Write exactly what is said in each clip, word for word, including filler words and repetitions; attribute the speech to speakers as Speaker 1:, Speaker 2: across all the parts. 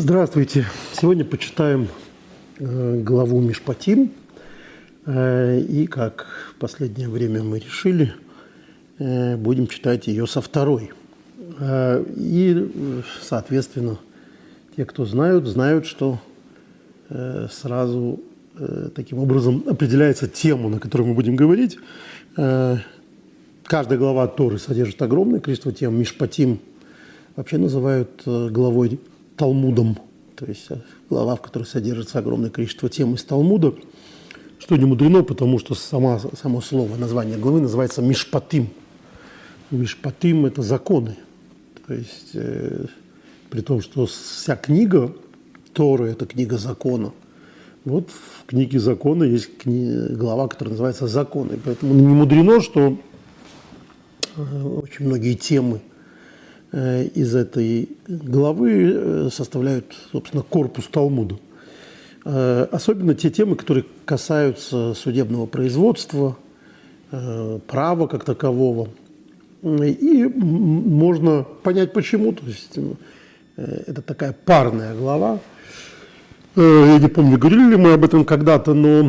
Speaker 1: Здравствуйте. Сегодня почитаем э, главу Мишпатим. Э, и, как в последнее время мы решили, э, будем читать ее со второй. Э, и, соответственно, те, кто знают, знают, что э, сразу э, таким образом определяется тема, на которой мы будем говорить. Э, каждая глава Торы содержит огромное количество тем. Мишпатим вообще называют э, главой Талмудом, то есть глава, в которой содержится огромное количество тем из Талмуда, что не мудрено, потому что сама, само слово, название главы называется Мишпатим. Мишпатим – это законы. То есть, э, при том, что вся книга Торы – это книга закона. Вот в книге закона есть кни- глава, которая называется «Законы». Поэтому не мудрено, что э, очень многие темы из этой главы составляют, собственно, корпус Талмуда. Особенно те темы, которые касаются судебного производства, права как такового. И можно понять, почему. То есть это такая парная глава. Я не помню, говорили ли мы об этом когда-то, но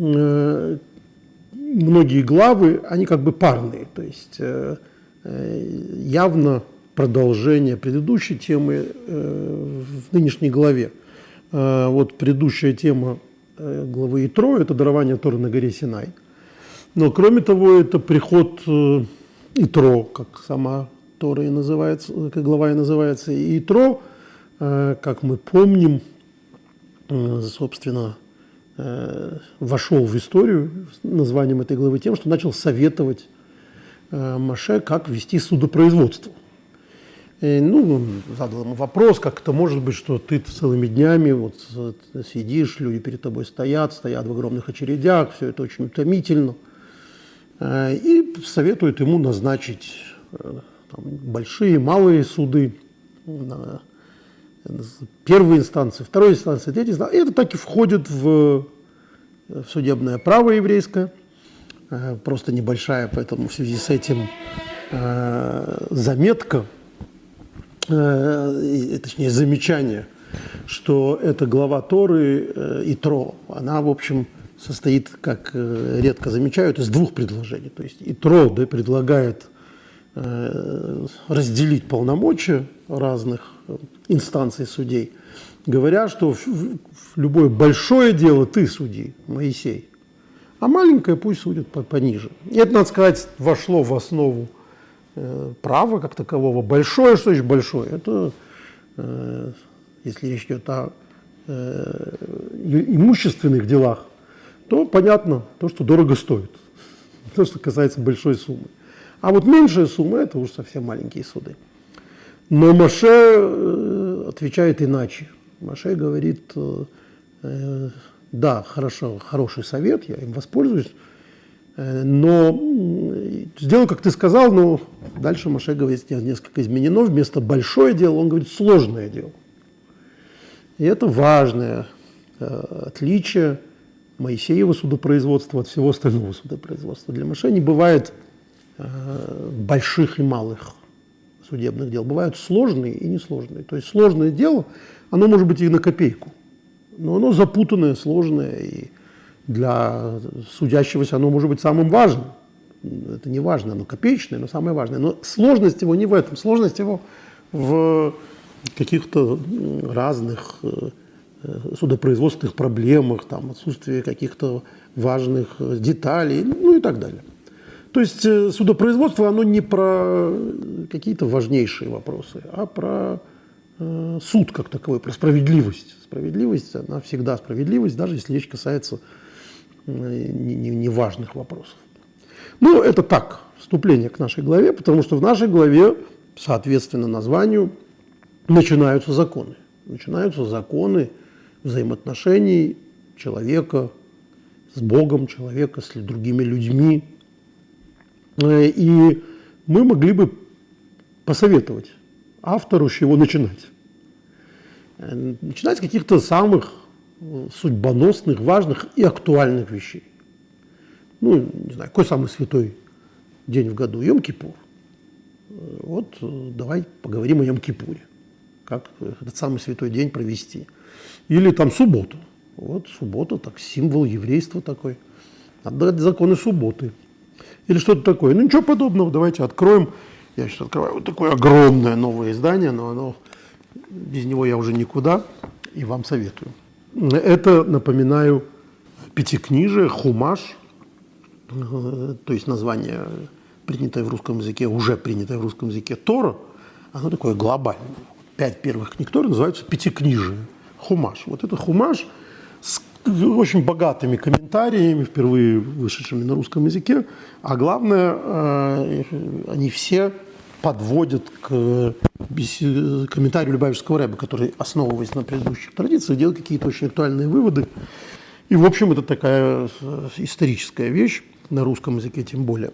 Speaker 1: многие главы, они как бы парные. То есть явно продолжение предыдущей темы э, в нынешней главе. Э, вот предыдущая тема э, главы Итро – это дарование Торы на горе Синай. Но кроме того, это приход э, Итро, как сама Тора и называется, как глава и называется. И Итро, э, как мы помним, э, собственно, э, вошел в историю с названием этой главы тем, что начал советовать э, Моше, как вести судопроизводство. И, ну, он задал ему вопрос, как это может быть, что ты целыми днями вот сидишь, люди перед тобой стоят, стоят в огромных очередях, все это очень утомительно. И советует ему назначить там большие, малые суды, первой инстанции, второй инстанции, третьей инстанции. И это так и входит в, в судебное право еврейское, просто небольшая, поэтому в связи с этим заметка, точнее, замечание, что эта глава Торы Итро, она, в общем, состоит, как редко замечают, из двух предложений. То есть Итро, да, предлагает разделить полномочия разных инстанций судей, говоря, что в любое большое дело ты суди, Моисей, а маленькое пусть судят пониже. И это, надо сказать, вошло в основу право как такового. Большое, что значит большое? Это, э, если речь идет о э, имущественных делах, то понятно то, что дорого стоит. То, что касается большой суммы. А вот меньшая сумма – это уж совсем маленькие суды. Но Моше э, отвечает иначе. Моше говорит, э, да, хорошо, хороший совет, я им воспользуюсь, но сделаю, как ты сказал, но дальше Моше говорит, несколько изменено. Вместо большое дело он говорит сложное дело. И это важное э, отличие Моисеева судопроизводства от всего остального судопроизводства. Для Моше не бывает э, больших и малых судебных дел. Бывают сложные и несложные. То есть сложное дело, оно может быть и на копейку, но оно запутанное, сложное, и для судящегося оно может быть самым важным. Это не важно, оно копеечное, но самое важное. Но сложность его не в этом. Сложность его в каких-то разных судопроизводственных проблемах, там, отсутствии каких-то важных деталей, ну и так далее. То есть судопроизводство, оно не про какие-то важнейшие вопросы, а про э, суд как таковой, про справедливость. Справедливость, она всегда справедливость, даже если речь касается неважных вопросов. Ну, это так, вступление к нашей главе, потому что в нашей главе, соответственно названию, начинаются законы. Начинаются законы взаимоотношений человека с Богом, человека с другими людьми. И мы могли бы посоветовать автору, с чего начинать. Начинать с каких-то самых судьбоносных, важных и актуальных вещей. Ну, не знаю, какой самый святой день в году? Йом-Кипур. Вот давай поговорим о Йом-Кипуре. как этот самый святой день провести. Или там субботу. Вот суббота, так, символ еврейства такой. Надо дать законы субботы. Или что-то такое. Ну, ничего подобного. Давайте откроем. Я сейчас открываю вот такое огромное новое издание, но оно, без него я уже никуда, и вам советую. Это, напоминаю, пятикнижие, хумаш, то есть название, принятое в русском языке, уже принятое в русском языке, Тора, оно такое глобальное. Пять первых книг Торы называются пятикнижие, хумаш. Вот это хумаш с очень богатыми комментариями, впервые вышедшими на русском языке, а главное, они все подводят к комментарию Любавичского рэба, который, основываясь на предыдущих традициях, делает какие-то очень актуальные выводы. И, в общем, это такая историческая вещь, на русском языке тем более.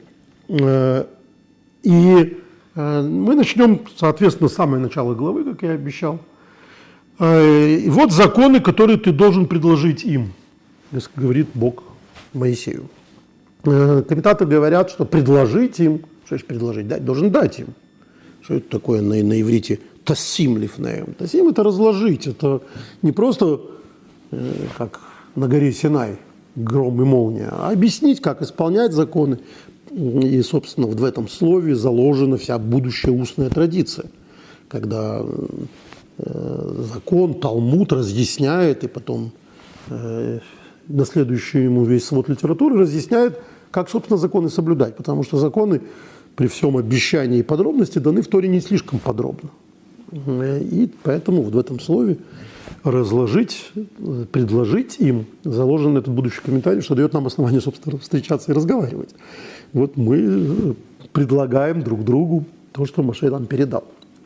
Speaker 1: И мы начнем, соответственно, с самого начала главы, как я обещал. И вот законы, которые ты должен предложить им, говорит Бог Моисею. Комментаторы говорят, что предложить им, что же предложить, дать, должен дать им. Что это такое на, на иврите тассим лифнеем? Тассим – это разложить, это не просто э, как на горе Синай, гром и молния, а объяснить, как исполнять законы. И, собственно, в этом слове заложена вся будущая устная традиция, когда э, закон, Талмуд разъясняет, и потом э, наследующий ему весь свод литературы разъясняет, как, собственно, законы соблюдать, потому что законы при всем обещании и подробности даны в Торе не слишком подробно. И поэтому вот в этом слове разложить, предложить им заложен этот будущий комментарий, что дает нам основание, собственно, встречаться и разговаривать. Вот мы предлагаем друг другу то, что Моше нам передал.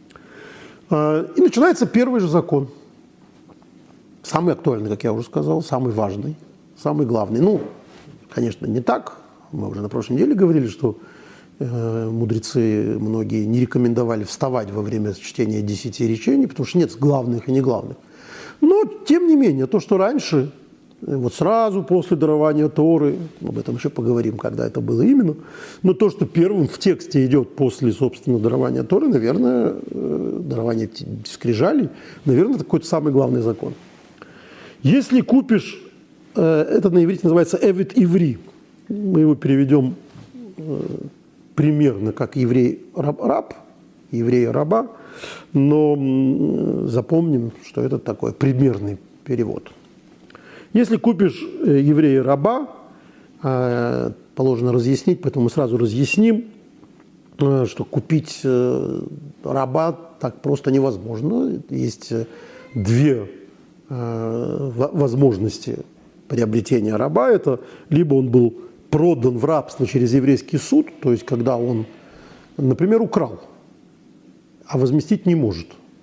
Speaker 1: И начинается первый же закон. Самый актуальный, как я уже сказал, самый важный, самый главный. Ну, конечно, не так. Мы уже на прошлой неделе говорили, что э, мудрецы многие не рекомендовали вставать во время чтения десяти речений, потому что нет главных и не главных. Но, тем не менее, то, что раньше, вот сразу после дарования Торы, об этом еще поговорим, когда это было именно, но то, что первым в тексте идет после, собственно, дарования Торы, наверное, э, дарование скрижалей, наверное, это какой-то самый главный закон. Если купишь, э, это на иврите называется «эвет иври», мы его переведем э, примерно как еврей-раб, еврей-раба, но э, запомним, что это такой примерный перевод. Если купишь э, еврея-раба, э, положено разъяснить, поэтому мы сразу разъясним, э, что купить э, раба так просто невозможно. Есть э, две э, возможности приобретения раба. Это либо он был продан в рабство через еврейский суд, то есть когда он, например, украл, а возместить не может.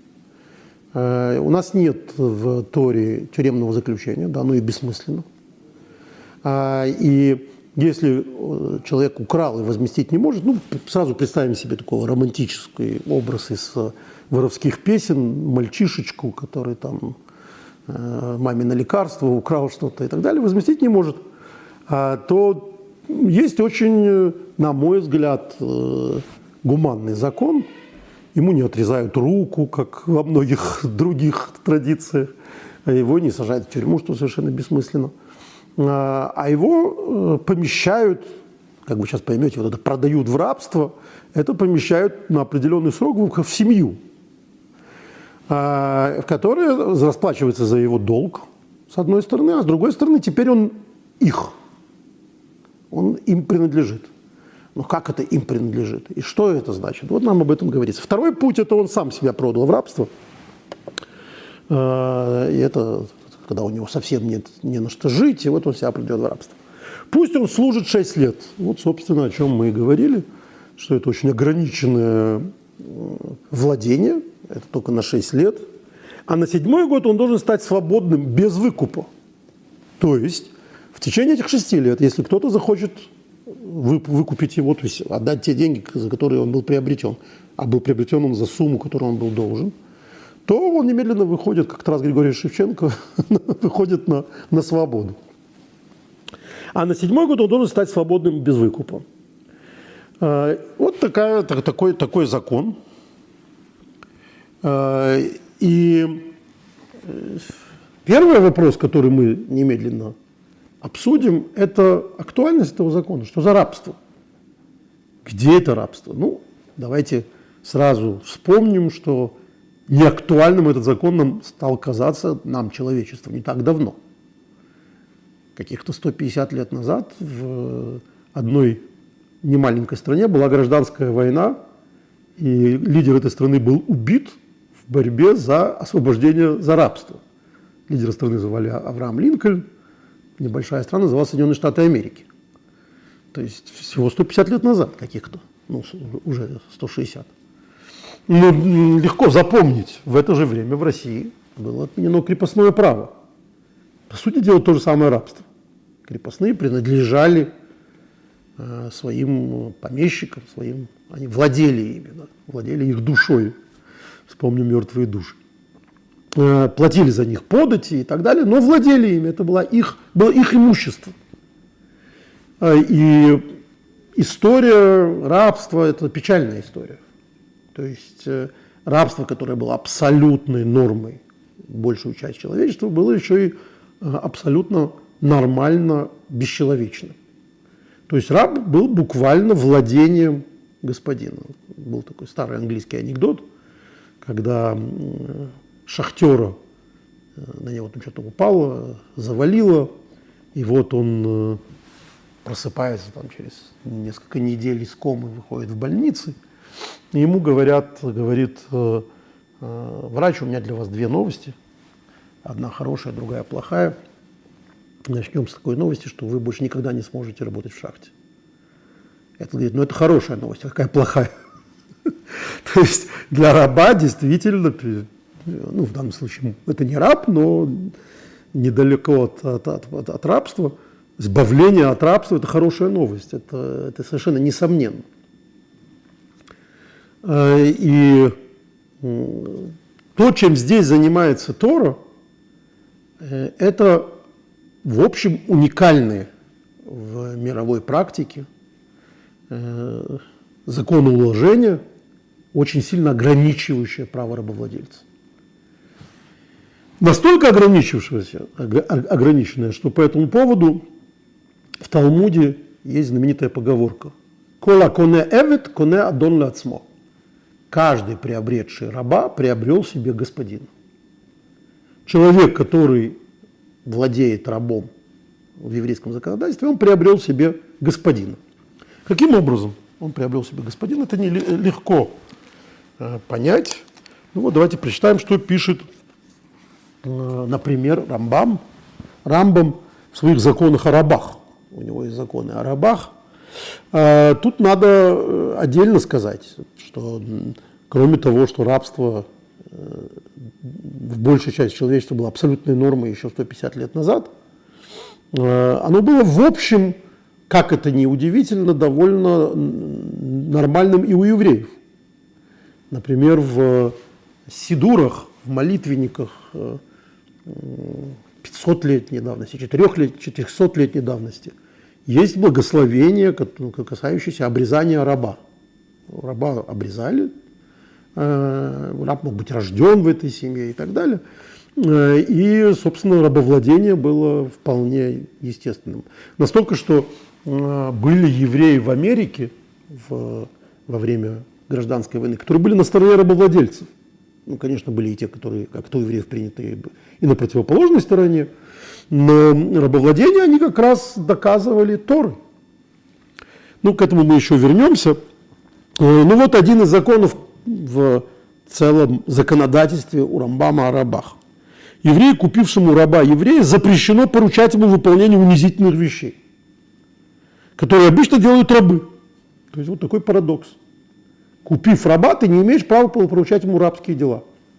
Speaker 1: У нас нет в Торе тюремного заключения, да, оно и бессмысленно. И если человек украл и возместить не может, ну, сразу представим себе такой романтический образ из воровских песен, мальчишечку, который там мамино лекарство, украл что-то и так далее, возместить не может, то есть очень, на мой взгляд, гуманный закон. Ему не отрезают руку, как во многих других традициях. Его не сажают в тюрьму, что совершенно бессмысленно. А его помещают, как вы сейчас поймете, вот это продают в рабство, это помещают на определенный срок в семью, которая расплачивается за его долг, с одной стороны, а с другой стороны, теперь он их. Он им принадлежит. Но как это им принадлежит? И что это значит? Вот нам об этом говорится. Второй путь – это он сам себя продал в рабство. И это когда у него совсем нет не на что жить, и вот он себя продает в рабство. Пусть он служит шесть лет. Вот, собственно, о чем мы и говорили, что это очень ограниченное владение, это только на шесть лет. А на седьмой год он должен стать свободным без выкупа. То есть в течение этих шести лет, если кто-то захочет выкупить его, то есть отдать те деньги, за которые он был приобретен, а был приобретен он за сумму, которую он был должен, то он немедленно выходит, как Тарас Григорьевич Шевченко, выходит на, на свободу. А на седьмой год он должен стать свободным без выкупа. Вот такая, такой, такой закон. И И первый вопрос, который мы немедленно обсудим, это актуальность этого закона. Что за рабство? Где это рабство? Ну, давайте сразу вспомним, что неактуальным этот закон нам стал казаться, нам, человечеству, не так давно. Каких-то сто пятьдесят лет назад в одной немаленькой стране была гражданская война, и лидер этой страны был убит в борьбе за освобождение за рабство. Лидера страны звали Авраам Линкольн, небольшая страна называлась Соединенные Штаты Америки. То есть всего сто пятьдесят лет назад каких-то, ну уже сто шестьдесят. Ну, легко запомнить, в это же время в России было отменено крепостное право. По сути дела, то же самое рабство. Крепостные принадлежали э, своим помещикам, своим, они владели ими, да, владели их душой. Вспомню «Мертвые души». Э, платили за них подати и так далее, но владели ими, это было их, было их имущество. Э, и история рабства – это печальная история. То есть э, рабство, которое было абсолютной нормой, большую часть человечества, было еще и э, абсолютно нормально бесчеловечным. То есть раб был буквально владением господина. Был такой старый английский анекдот, когда э, шахтера, э, на него там что-то упало, завалило, и вот он э, просыпается там через несколько недель из комы, выходит в больницу. И ему говорят, говорит э, э, врач, у меня для вас две новости. Одна хорошая, другая плохая. Начнем с такой новости, что вы больше никогда не сможете работать в шахте. Это говорит, ну это хорошая новость, а какая плохая? То есть для раба действительно, ну в данном случае это не раб, но недалеко от, от, от, от рабства, избавление от рабства – это хорошая новость, это, это совершенно несомненно. И то, чем здесь занимается Тора, это, в общем, уникальные в мировой практике законоуложения, очень сильно ограничивающее право рабовладельца. Настолько ограничившееся, ограниченное, что по этому поводу в Талмуде есть знаменитая поговорка «Кола коне эвет, коне адон лацмо». Каждый приобретший раба приобрел себе господина. Человек, который владеет рабом в еврейском законодательстве, он приобрел себе господина. Каким образом он приобрел себе господина? Это нелегко э, понять. Ну вот давайте прочитаем, что пишет, э, например, Рамбам, Рамбам в своих законах о рабах. У него есть законы о рабах. Э, тут надо отдельно сказать, что кроме того, что рабство э, в большей части человечества было абсолютной нормой еще сто пятьдесят лет назад, э, оно было в общем, как это ни удивительно, довольно нормальным и у евреев. Например, в сидурах, в молитвенниках пятисотлетней давности, четырехсотлетней давности есть благословение, касающееся обрезания раба. Раба обрезали, раб мог быть рожден в этой семье и так далее. И, собственно, рабовладение было вполне естественным. Настолько, что были евреи в Америке в, во время гражданской войны, которые были на стороне рабовладельцев. Ну, конечно, были и те, которые, как то евреев, приняты и на противоположной стороне. Но рабовладение они как раз доказывали Торой. Ну, к этому мы еще вернемся. Ну, вот один из законов в целом законодательстве у Рамбама о рабах. Еврею, купившему раба еврея, запрещено поручать ему выполнение унизительных вещей, которые обычно делают рабы. То есть вот такой парадокс. Купив раба, ты не имеешь права поручать ему рабские дела.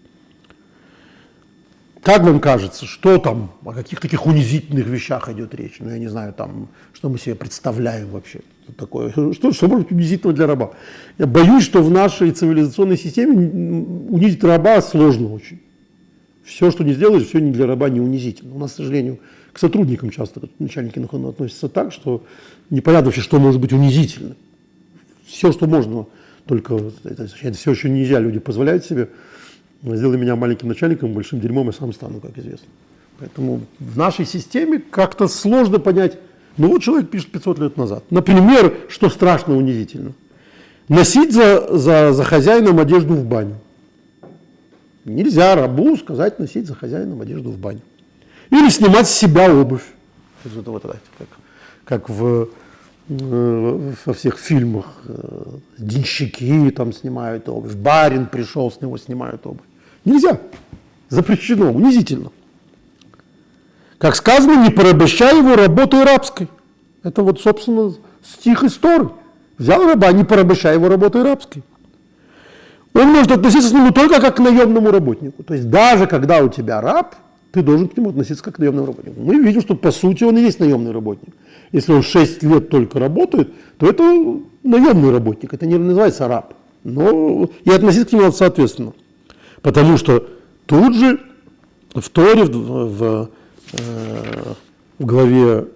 Speaker 1: Как вам кажется, что там, о каких таких унизительных вещах идет речь? Ну, я не знаю, там, что мы себе представляем вообще. Что такое? Что, что может быть унизительного для раба? Я боюсь, что в нашей цивилизационной системе унизить раба сложно очень. Все, что не сделаешь, все не для раба не унизительно. У нас, к сожалению, к сотрудникам часто начальники относятся так, что непонятно вообще, что может быть унизительно. Все, что можно, только это, это все еще нельзя, люди позволяют себе Сделай меня маленьким начальником, большим дерьмом, я сам стану, как известно. Поэтому в нашей системе как-то сложно понять. Ну вот человек пишет пятьсот лет назад. Например, что страшно унизительно. Носить за, за, за хозяином одежду в баню. Нельзя рабу сказать носить за хозяином одежду в баню. Или снимать с себя обувь. Это вот, как, как в, во всех фильмах. Денщики там снимают обувь. Барин пришел, с него снимают обувь. Нельзя. Запрещено, унизительно. Как сказано, не порабощай его работой рабской. Это вот, собственно, стих из Торы. Взял раба, не порабощай его работой рабской. Он может относиться к нему только как к наемному работнику. То есть даже когда у тебя раб, ты должен к нему относиться как к наемному работнику. Мы видим, что по сути он и есть наемный работник. Если он шесть лет только работает, то это наемный работник, это не называется раб. Но и относиться к нему надо соответственно. Потому что тут же в Торе, в, в, в главе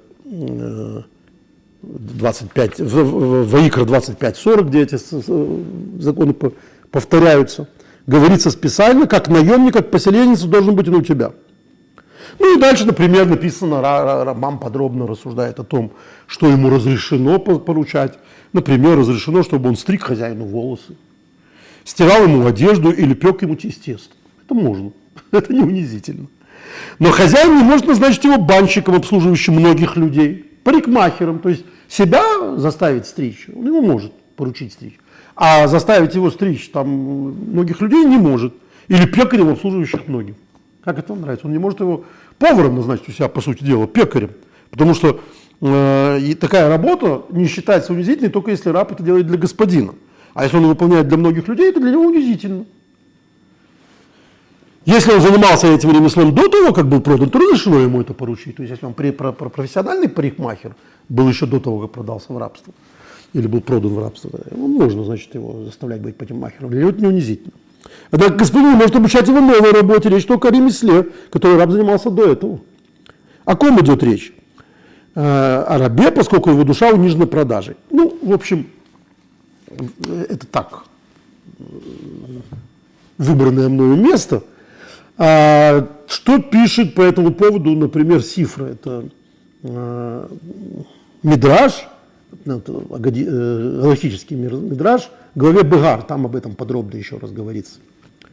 Speaker 1: двадцать пять, в, в Ваикра двадцать пять сорок, где эти законы повторяются, говорится специально, как наемник, как поселенец должен быть он у тебя. Ну и дальше, например, написано, рабам подробно рассуждает о том, что ему разрешено поручать. Например, разрешено, чтобы он стриг хозяину волосы, стирал ему одежду или пек ему тесто. Это можно, это не унизительно. Но хозяин не может назначить его банщиком, обслуживающим многих людей, парикмахером, то есть себя заставить стричь, он ему может поручить стричь, а заставить его стричь там многих людей не может, или пекарем, обслуживающих многих. Как это вам нравится? Он не может его поваром назначить у себя, по сути дела, пекарем, потому что э, и такая работа не считается унизительной, только если раб это делает для господина, а если он выполняет для многих людей, это для него унизительно. Если он занимался этим ремеслом до того, как был продан, то разрешено ему это поручить. То есть, если он при, про, про профессиональный парикмахер был еще до того, как продался в рабство, или был продан в рабство, ему можно, значит, его заставлять быть парикмахером. Для него это не унизительно. Однако господин может обучать его новой работе, речь только о ремесле, которой раб занимался до этого. О ком идет речь? О рабе, поскольку его душа унижена продажей. Ну, в общем, это так, выбранное мною место. А что пишет по этому поводу, например, Сифра? Это э, Мидраш, галахический Мидраш, в главе Бегар, там об этом подробно еще раз говорится.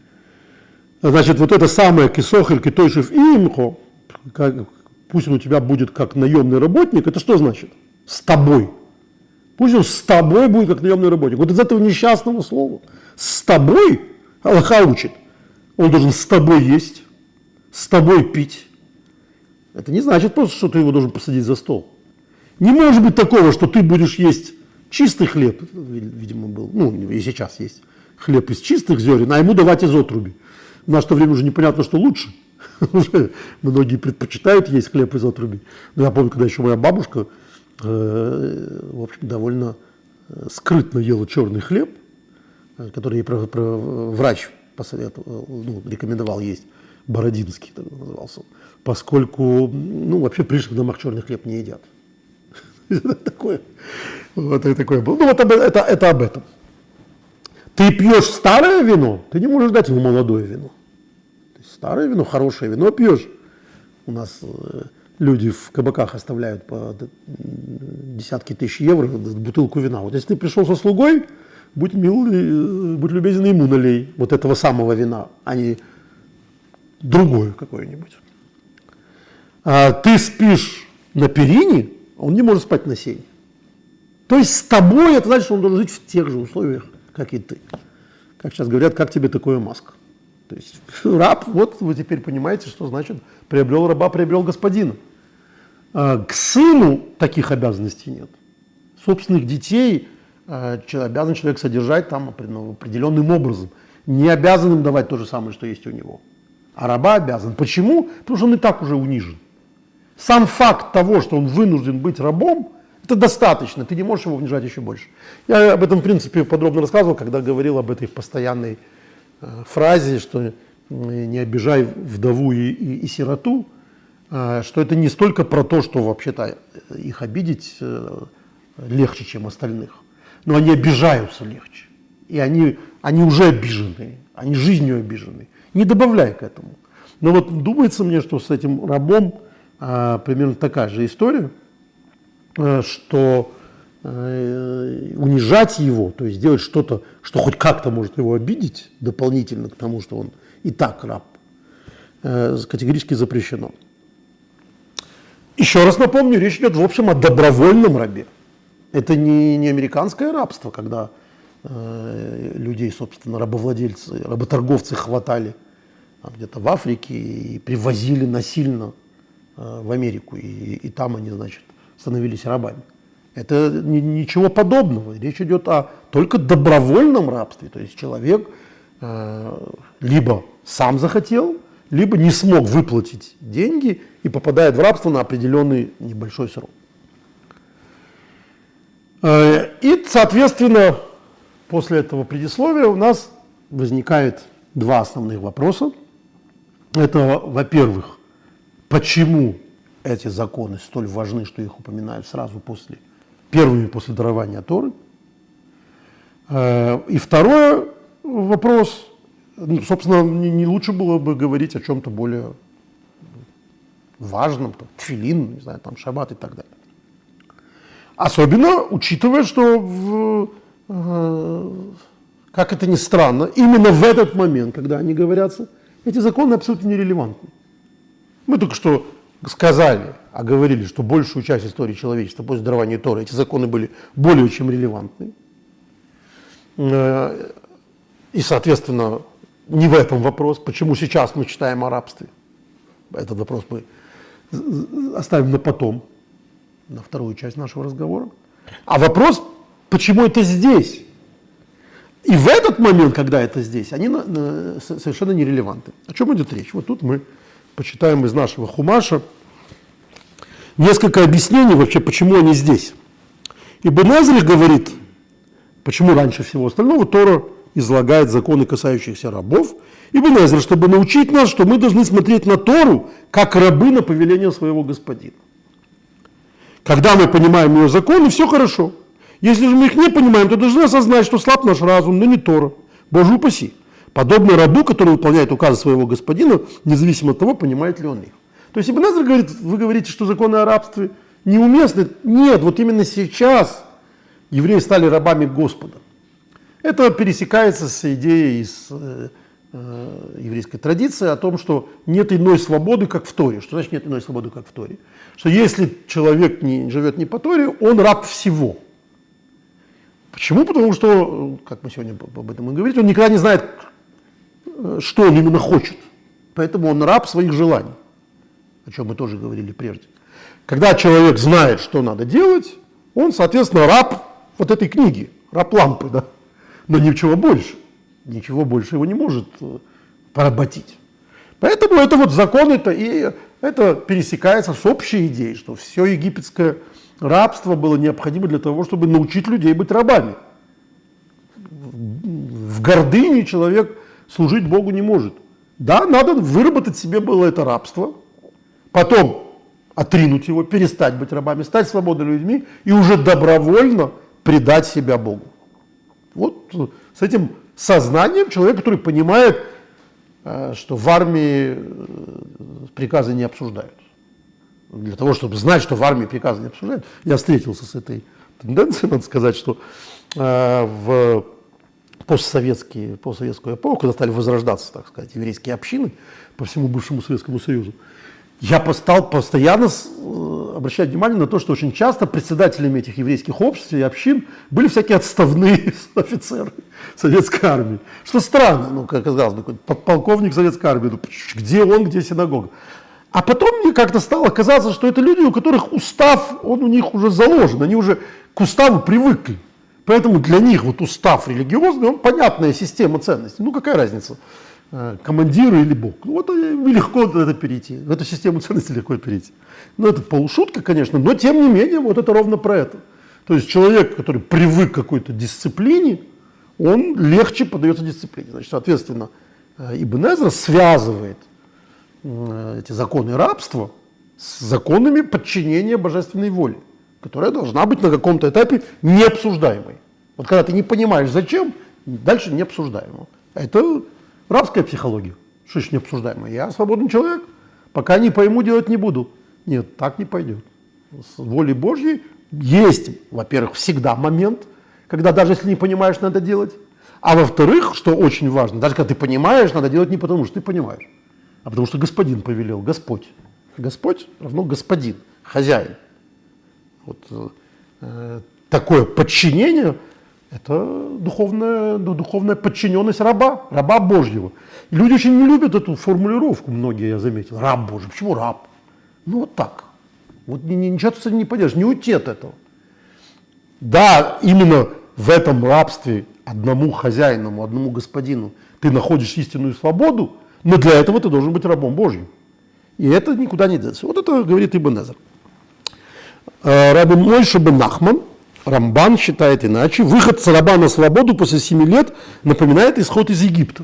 Speaker 1: Значит, вот это самое кисохель китойшев имхо, пусть он у тебя будет как наемный работник, это что значит? С тобой. Пусть он с тобой будет как наемный работник. Вот из этого несчастного слова с тобой Аллаха учит. Он должен с тобой есть, с тобой пить. Это не значит просто, что ты его должен посадить за стол. Не может быть такого, что ты будешь есть чистый хлеб, видимо, был, ну и сейчас есть хлеб из чистых зерен, а ему давать из отруби. В наше время уже непонятно, что лучше. Уже многие предпочитают есть хлеб из отруби. Но я помню, когда еще моя бабушка, э, в общем, довольно скрытно ела черный хлеб, который ей про, про, врач посоветовал, ну, рекомендовал есть, бородинский так назывался, поскольку, ну, вообще в приличных домах черный хлеб не едят. Это такое, вот такое было. Ну, вот это, это, это об этом. Ты пьешь старое вино, ты не можешь дать ему молодое вино. Старое вино, хорошее вино пьешь. У нас э, люди в кабаках оставляют по десятки тысяч евро бутылку вина. Вот если ты пришел со слугой, будь мил, э, будь любезен, ему налей вот этого самого вина, а не другое какое-нибудь. А ты спишь на перине, он не может спать на сене. То есть с тобой это значит, что он должен жить в тех же условиях, как и ты. Как сейчас говорят, как тебе такое маска? То есть раб, вот вы теперь понимаете, что значит приобрел раба, приобрел господина. А к сыну таких обязанностей нет. Собственных детей а, обязан человек содержать там определенным образом. Не обязан им давать то же самое, что есть у него. А раба обязан. Почему? Потому что он и так уже унижен. Сам факт того, что он вынужден быть рабом, это достаточно, ты не можешь его унижать еще больше. Я об этом, в принципе, подробно рассказывал, когда говорил об этой постоянной э, фразе, что не обижай вдову и, и, и сироту, э, что это не столько про то, что вообще-то их обидеть э, легче, чем остальных, но они обижаются легче. И они, они уже обижены, они жизнью обижены. не добавляй к этому. Но вот думается мне, что с этим рабом а, примерно такая же история, а, что а, унижать его, то есть делать что-то, что хоть как-то может его обидеть, дополнительно к тому, что он и так раб, а, категорически запрещено. Еще раз напомню, речь идет в общем о добровольном рабе. Это не, не американское рабство, когда э, людей, собственно, рабовладельцы, работорговцы хватали где-то в Африке и привозили насильно э, в Америку, и, и там они, значит, становились рабами. Это ни, ничего подобного. Речь идет о только добровольном рабстве. То есть человек э, либо сам захотел, либо не смог выплатить деньги и попадает в рабство на определенный небольшой срок. И, соответственно, после этого предисловия у нас возникает два основных вопроса. Это, во-первых, почему эти законы столь важны, что их упоминают сразу после, первыми после дарования Торы. И второй вопрос, ну, собственно, не, не лучше было бы говорить о чем-то более важном, там, тфилин, не знаю, там, шаббат и так далее. Особенно учитывая, что, в, э, как это ни странно, именно в этот момент, когда они говорятся, эти законы абсолютно нерелевантны. Мы только что сказали, а говорили, что большую часть истории человечества после дарования Торы эти законы были более чем релевантны. Э, и, соответственно, не в этом вопрос, почему сейчас мы читаем о рабстве. Этот вопрос мы оставим на потом, на вторую часть нашего разговора. А вопрос, почему это здесь? И в этот момент, когда это здесь, они на, на, совершенно нерелевантны. О чем идет речь? Вот тут мы почитаем из нашего хумаша несколько объяснений вообще, почему они здесь. Ибн Эзра говорит, почему раньше всего остального Тора излагает законы, касающиеся рабов. Ибн Эзра, чтобы научить нас, что мы должны смотреть на Тору, как рабы на повеление своего господина. Когда мы понимаем ее законы, все хорошо. Если же мы их не понимаем, то должны осознать, что слаб наш разум, но не Тора. Боже упаси. Подобно рабу, который выполняет указы своего господина, независимо от того, понимает ли он их. То есть Ибн Эзра говорит, вы говорите, что законы о рабстве неуместны. Нет, вот именно сейчас евреи стали рабами Господа. Это пересекается с идеей из э, э, еврейской традиции о том, что нет иной свободы, как в Торе. Что значит нет иной свободы, как в Торе? Что если человек не, живет не по Торе, он раб всего. Почему? Потому что, как мы сегодня об этом и говорили, он никогда не знает, что он именно хочет. Поэтому он раб своих желаний, о чем мы тоже говорили прежде. Когда человек знает, что надо делать, он, соответственно, раб вот этой книги, раб лампы, да? Но ничего больше. Ничего больше его не может поработить. Поэтому это вот закон, это, и это пересекается с общей идеей, что все египетское рабство было необходимо для того, чтобы научить людей быть рабами. В гордыне человек служить Богу не может. Да, надо выработать себе было это рабство, потом отринуть его, перестать быть рабами, стать свободными людьми и уже добровольно предать себя Богу. Вот с этим сознанием человек, который понимает, что в армии приказы не обсуждают. Для того, чтобы знать, что в армии приказы не обсуждают, я встретился с этой тенденцией, надо сказать, что в постсоветские, постсоветскую эпоху, когда стали возрождаться, так сказать, еврейские общины по всему бывшему Советскому Союзу, я стал постоянно обращать внимание на то, что очень часто председателями этих еврейских обществ и общин были всякие отставные офицеры советской армии. Что странно, ну, как казалось бы, подполковник советской армии, ну, где он, где синагога. А потом мне как-то стало казаться, что это люди, у которых устав, он у них уже заложен, они уже к уставу привыкли. Поэтому для них вот устав религиозный, он понятная система ценностей. Ну, какая разница, командиры или Бог? Ну, вот легко это перейти, в эту систему ценностей легко перейти. Ну, это полушутка, конечно, но тем не менее, вот это ровно про это. То есть человек, который привык к какой-то дисциплине, он легче поддается дисциплине. Значит, соответственно, Ибн Эзра связывает эти законы рабства с законами подчинения божественной воле, которая должна быть на каком-то этапе необсуждаемой. Вот когда ты не понимаешь, зачем, дальше необсуждаемо. Это рабская психология. Что ж необсуждаемое? Я свободный человек, пока не пойму, делать не буду. Нет, так не пойдет. С волей Божьей есть, во-первых, всегда момент, когда даже если не понимаешь, надо делать. А во-вторых, что очень важно, даже когда ты понимаешь, надо делать не потому, что ты понимаешь, а потому что Господин повелел, Господь. Господь равно Господин, хозяин. Вот э, такое подчинение – это духовная, духовная подчиненность раба, раба Божьего. И люди очень не любят эту формулировку, многие, я заметил. Раб Божий. Почему раб? Ну вот так. Вот ничего ты с этим не поделаешь, не уйти от этого. Да, именно в этом рабстве одному хозяину, одному господину ты находишь истинную свободу, но для этого ты должен быть рабом Божьим. И это никуда не деться. Вот это говорит Ибн Эзра. Раби Мойше бен Нахман, Рамбан считает иначе. Выход с раба на свободу после семи лет напоминает исход из Египта.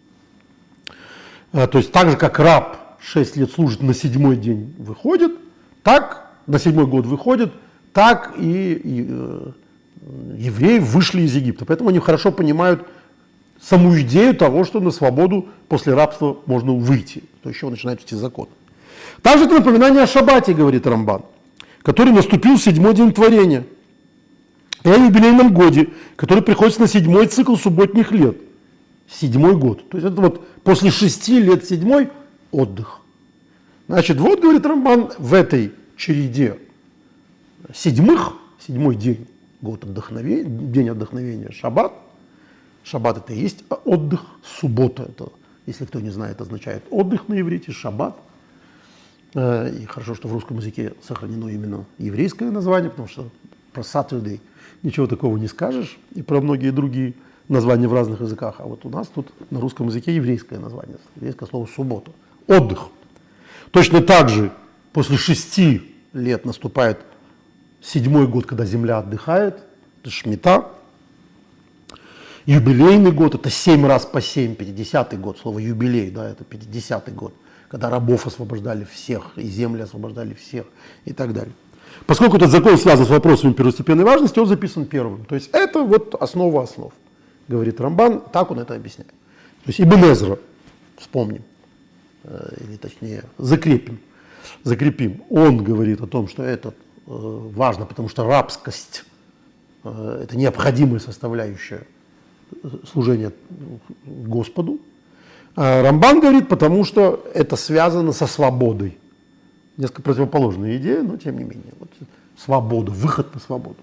Speaker 1: То есть так же, как раб шесть лет служит, на седьмой день выходит, так на седьмой год выходит, так и, и э, евреи вышли из Египта. Поэтому они хорошо понимают саму идею того, что на свободу после рабства можно выйти. То еще начинает идти закон. Также это напоминание о шаббате, говорит Рамбан, который наступил в седьмой день творения. И о юбилейном годе, который приходится на седьмой цикл субботних лет. Седьмой год. То есть это вот после шести лет седьмой отдых. Значит, вот, говорит Рамбан, в этой череде седьмых, седьмой день, год отдохновения, день отдохновения, шаббат. Шаббат это и есть отдых, суббота это, если кто не знает, означает отдых на иврите, шаббат. И хорошо, что в русском языке сохранено именно еврейское название, потому что про Saturday ничего такого не скажешь, и про многие другие названия в разных языках. А вот у нас тут на русском языке еврейское название, еврейское слово суббота. Отдых. Точно так же после шести лет наступает седьмой год, когда земля отдыхает, это шмита. Юбилейный год, это семь раз по семь, пятидесятый год, слово юбилей, да, это пятидесятый год, когда рабов освобождали всех, и земли освобождали всех, и так далее. Поскольку этот закон связан с вопросами первостепенной важности, он записан первым. То есть это вот основа основ, говорит Рамбан, так он это объясняет. То есть Ибн Эзра, вспомним, или точнее закрепим, закрепим, он говорит о том, что это важно, потому что рабскость – это необходимая составляющая служения Господу. А Рамбан говорит, потому что это связано со свободой. Несколько противоположная идея, но тем не менее. Вот, свобода, выход на свободу.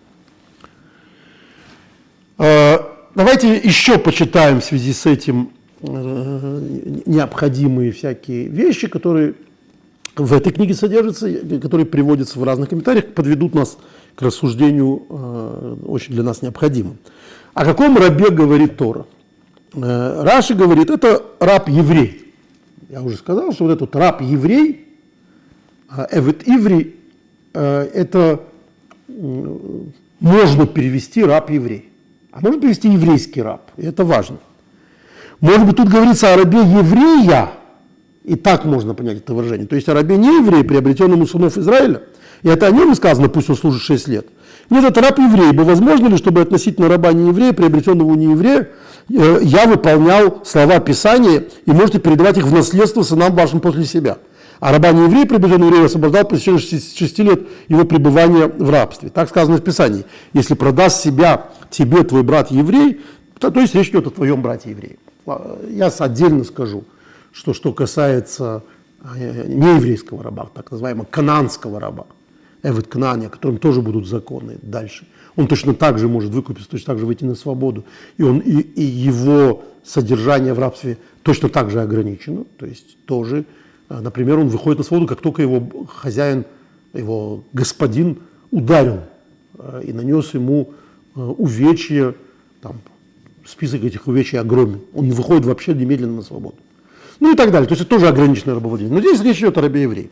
Speaker 1: А, давайте еще почитаем в связи с этим э, необходимые всякие вещи, которые в этой книге содержатся, которые приводятся в разных комментариях, подведут нас к рассуждению э, очень для нас необходимым. О каком рабе говорит Тора? Э, Раши говорит, это раб-еврей. Я уже сказал, что вот этот раб-еврей, эвет иври, э, это э, можно перевести раб-еврей. А можно перевести еврейский раб, и это важно. Может быть, тут говорится о рабе еврея, и так можно понять это выражение. То есть о рабе не еврея, приобретенном у сынов Израиля. И это о нем сказано, пусть он служит шесть лет. Нет, это раб еврей. Ибо возможно ли, чтобы относительно раба не еврея, приобретенного у нееврея, я выполнял слова Писания, и можете передавать их в наследство сынам вашим после себя. А раба не еврей, приобретенного еврея, освобождал по течение шести лет его пребывания в рабстве. Так сказано в Писании. Если продаст себя тебе твой брат еврей, то, то есть речь идет о твоем брате еврее. Я отдельно скажу, что что касается нееврейского раба, так называемого кананского раба, эвет Кнаани, о котором тоже будут законы дальше, он точно так же может выкупиться, точно так же выйти на свободу, и, он, и, и его содержание в рабстве точно так же ограничено, то есть тоже, например, он выходит на свободу, как только его хозяин, его господин ударил и нанес ему увечья, там, список этих увечий огромен, он не выходит вообще немедленно на свободу. Ну и так далее. То есть это тоже ограниченное рабовладение. Но здесь речь идет о рабе-евреи.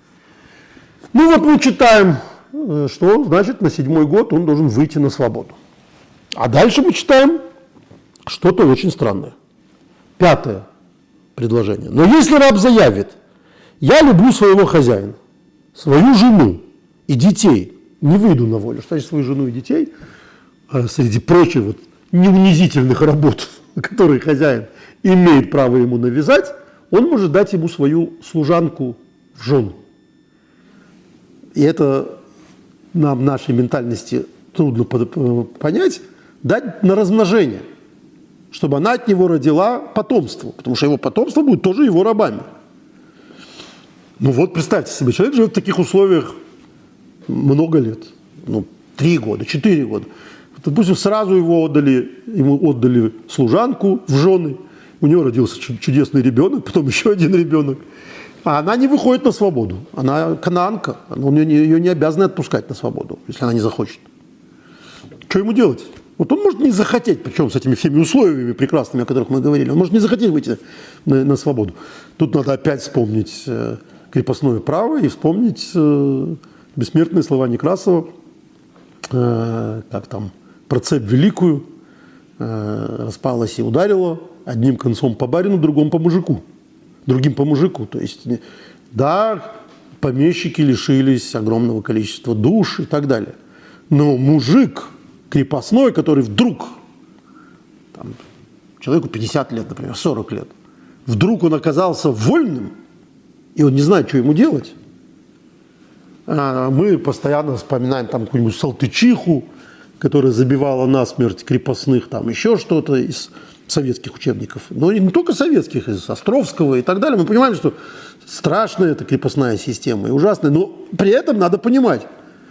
Speaker 1: Ну вот мы читаем, что значит на седьмой год он должен выйти на свободу. А дальше мы читаем что-то очень странное. Пятое предложение. Но если раб заявит, я люблю своего хозяина, свою жену и детей, не выйду на волю. Что значит свою жену и детей? Среди прочих вот неунизительных работ, которые хозяин имеет право ему навязать, он может дать ему свою служанку в жену. И это нам, в нашей ментальности, трудно понять, дать на размножение, чтобы она от него родила потомство, потому что его потомство будет тоже его рабами. Ну вот, представьте себе, человек живет в таких условиях много лет, ну, три года, четыре года. Допустим, сразу его отдали, ему отдали служанку в жены, у него родился чудесный ребенок, потом еще один ребенок. А она не выходит на свободу. Она канаанка, он ее не обязан отпускать на свободу, если она не захочет. Что ему делать? Вот он может не захотеть, причем с этими всеми условиями прекрасными, о которых мы говорили, он может не захотеть выйти на, на свободу. Тут надо опять вспомнить э, крепостное право и вспомнить э, бессмертные слова Некрасова, э, как там, про цепь великую, э, распалась и ударила, одним концом по барину, другим по мужику. Другим по мужику. То есть, да, помещики лишились огромного количества душ и так далее. Но мужик крепостной, который вдруг, там, человеку пятьдесят лет, например, сорок лет, вдруг он оказался вольным, и он не знает, что ему делать. Мы постоянно вспоминаем там какую-нибудь Салтычиху, которая забивала насмерть крепостных, там еще что-то из советских учебников. Но не только советских, из Островского и так далее. Мы понимаем, что страшная эта крепостная система и ужасная, но при этом надо понимать,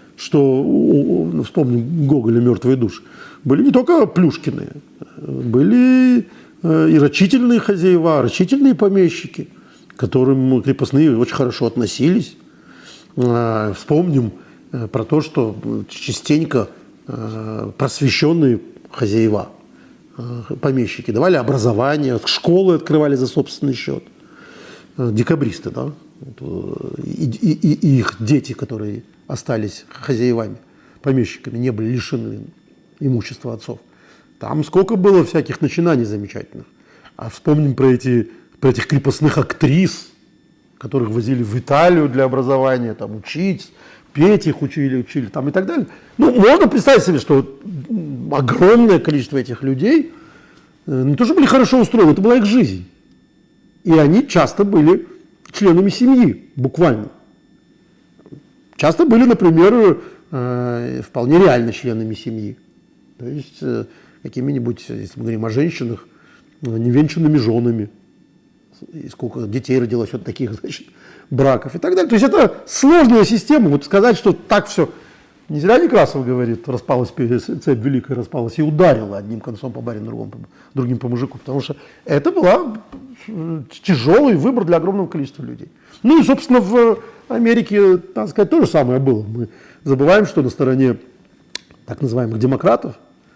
Speaker 1: что, вспомним Гоголя «Мертвые души», были не только Плюшкины, были и рачительные хозяева, рачительные помещики, к которым крепостные очень хорошо относились. Вспомним про то, что частенько просвещенные хозяева, помещики давали образование, школы открывали за собственный счет. Декабристы, да, и, и, и их дети, которые остались хозяевами, помещиками, не были лишены имущества отцов. Там сколько было всяких начинаний замечательных. А вспомним про, эти, про этих крепостных актрис, которых возили в Италию для образования, там учить, петь их учили, учили там и так далее. Ну, можно представить себе, что огромное количество этих людей не то, что были хорошо устроены, это была их жизнь. И они часто были членами семьи, буквально. Часто были, например, вполне реально членами семьи. То есть какими-нибудь, если мы говорим о женщинах, невенчанными женами. И сколько детей родилось от таких, значит, браков и так далее. То есть это сложная система. Вот сказать, что так все... Не зря Некрасов говорит, распалась цепь великая, распалась и ударила одним концом по барину, другим, другим по мужику. Потому что это был тяжелый выбор для огромного количества людей. Ну и, собственно, в Америке, надо сказать, то же самое было. Мы забываем, что на стороне так называемых демократов,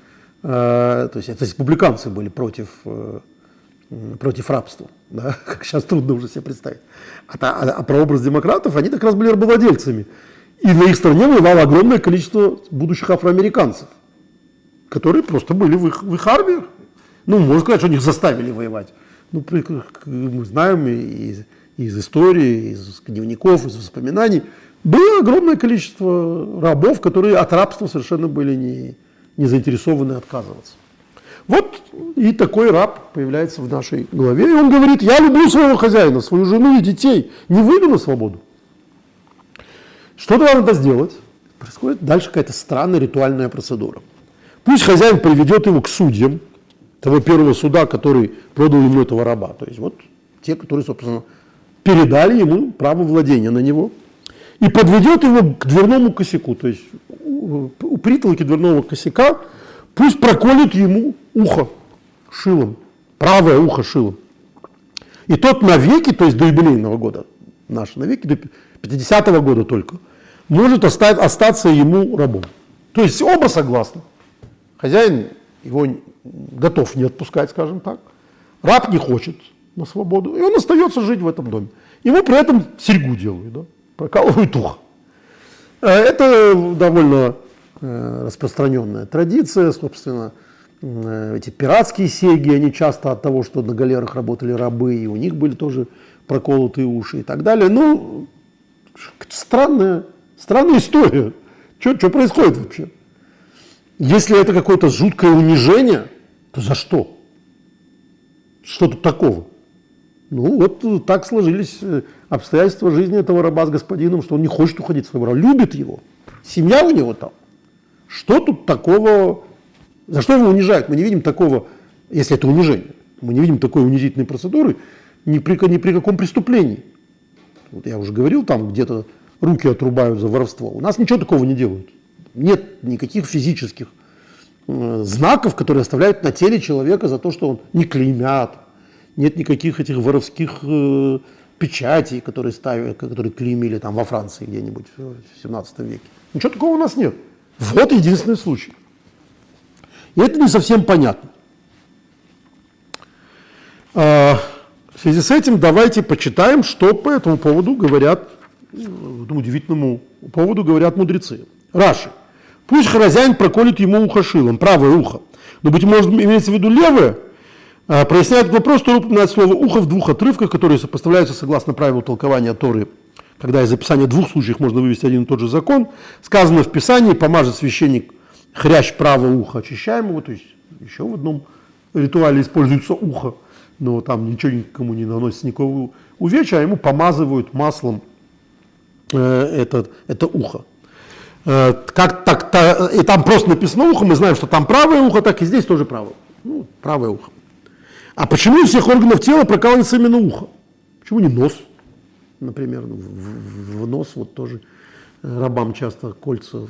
Speaker 1: э, то есть это республиканцы были против, э, против рабства, да? Как сейчас трудно уже себе представить. А, а, а про образ демократов они как раз были рабовладельцами. И на их стороне воевало огромное количество будущих афроамериканцев, которые просто были в их, в их армиях. Ну, можно сказать, что их заставили воевать. Ну, мы знаем из, из истории, из дневников, из воспоминаний. Было огромное количество рабов, которые от рабства совершенно были не, не заинтересованы отказываться. Вот и такой раб появляется в нашей голове. И он говорит: я люблю своего хозяина, свою жену и детей, не выйду на свободу. Что тогда надо сделать? Происходит дальше какая-то странная ритуальная процедура. Пусть хозяин приведет его к судьям того первого суда, который продал ему этого раба. То есть вот те, которые, собственно, передали ему право владения на него. И подведет его к дверному косяку. То есть у притолоки дверного косяка пусть проколет ему ухо шилом, правое ухо шилом. И тот навеки, то есть до юбилейного года, наш навеки, до пятидесятого года только, может оставить, остаться ему рабом. То есть оба согласны. Хозяин его готов не отпускать, скажем так. Раб не хочет на свободу, и он остается жить в этом доме. Ему при этом серьгу делают, да? Прокалывают ухо. Это довольно распространенная традиция, собственно. Эти пиратские серьги, они часто от того, что на галерах работали рабы, и у них были тоже проколотые уши и так далее. Ну, странная, странная история. Что, что происходит вообще? Если это какое-то жуткое унижение, то за что? Что тут такого? Ну вот так сложились обстоятельства жизни этого раба с господином, что он не хочет уходить в свой раб, любит его. Семья у него там. Что тут такого? За что его унижают? Мы не видим такого, если это унижение, мы не видим такой унизительной процедуры ни при, ни при каком преступлении. Вот я уже говорил, там где-то руки отрубают за воровство. У нас ничего такого не делают. Нет никаких физических э, знаков, которые оставляют на теле человека за то, что он не клеймят. Нет никаких этих воровских э, печатей, которые, ставили, которые клеймили там во Франции где-нибудь в семнадцатом веке. Ничего такого у нас нет. Вот единственный случай. И это не совсем понятно. А, в связи с этим давайте почитаем, что по этому поводу говорят, этому удивительному поводу говорят мудрецы. Раши. Пусть хозяин проколет ему ухо шилом, правое ухо. Но, быть может, имеется в виду левое. А, проясняет этот вопрос, то упоминает слово ухо в двух отрывках, которые сопоставляются согласно правилу толкования Торы, когда из описания двух случаев можно вывести один и тот же закон. Сказано в Писании: помажет священник хрящ правого уха очищаемого, то есть еще в одном ритуале используется ухо, но там ничего никому не наносится, никакого увечья, а ему помазывают маслом э, это, это ухо. Э, как, так, та, и там просто написано ухо, мы знаем, что там правое ухо, так и здесь тоже правое. Ну, правое ухо. А почему из всех органов тела прокалывается именно ухо? Почему не нос? Например, в, в, в нос вот тоже рабам часто кольца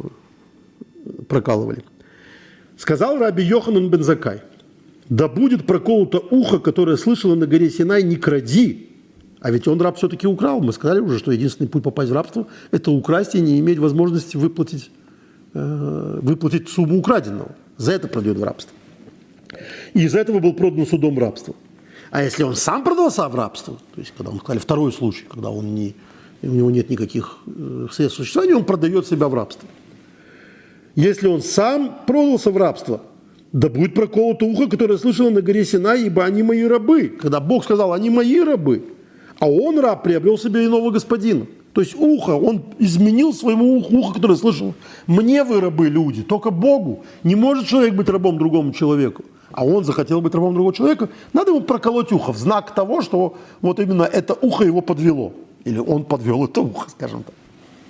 Speaker 1: прокалывали. Сказал раби Йоханан бен Заккай: да будет проколото ухо, которое слышало на горе Синай, не кради. А ведь он раб все-таки украл. Мы сказали уже, что единственный путь попасть в рабство – это украсть и не иметь возможности выплатить, э, выплатить сумму украденного. За это продает в рабство. И из-за этого был продан судом в рабство. А если он сам продался в рабство, то есть, когда мы сказали второй случай, когда он не, у него нет никаких э, средств существования, он продает себя в рабство. Если он сам продался в рабство, да будет проколото ухо, которое слышало на горе Синай, ибо они мои рабы. Когда Бог сказал: они мои рабы, а он, раб, приобрел себе иного господина. То есть ухо, он изменил своему уху, ухо, которое слышал: мне вы рабы, люди, только Богу. Не может человек быть рабом другому человеку. А он захотел быть рабом другого человека, надо ему проколоть ухо в знак того, что вот именно это ухо его подвело. Или он подвел это ухо, скажем так.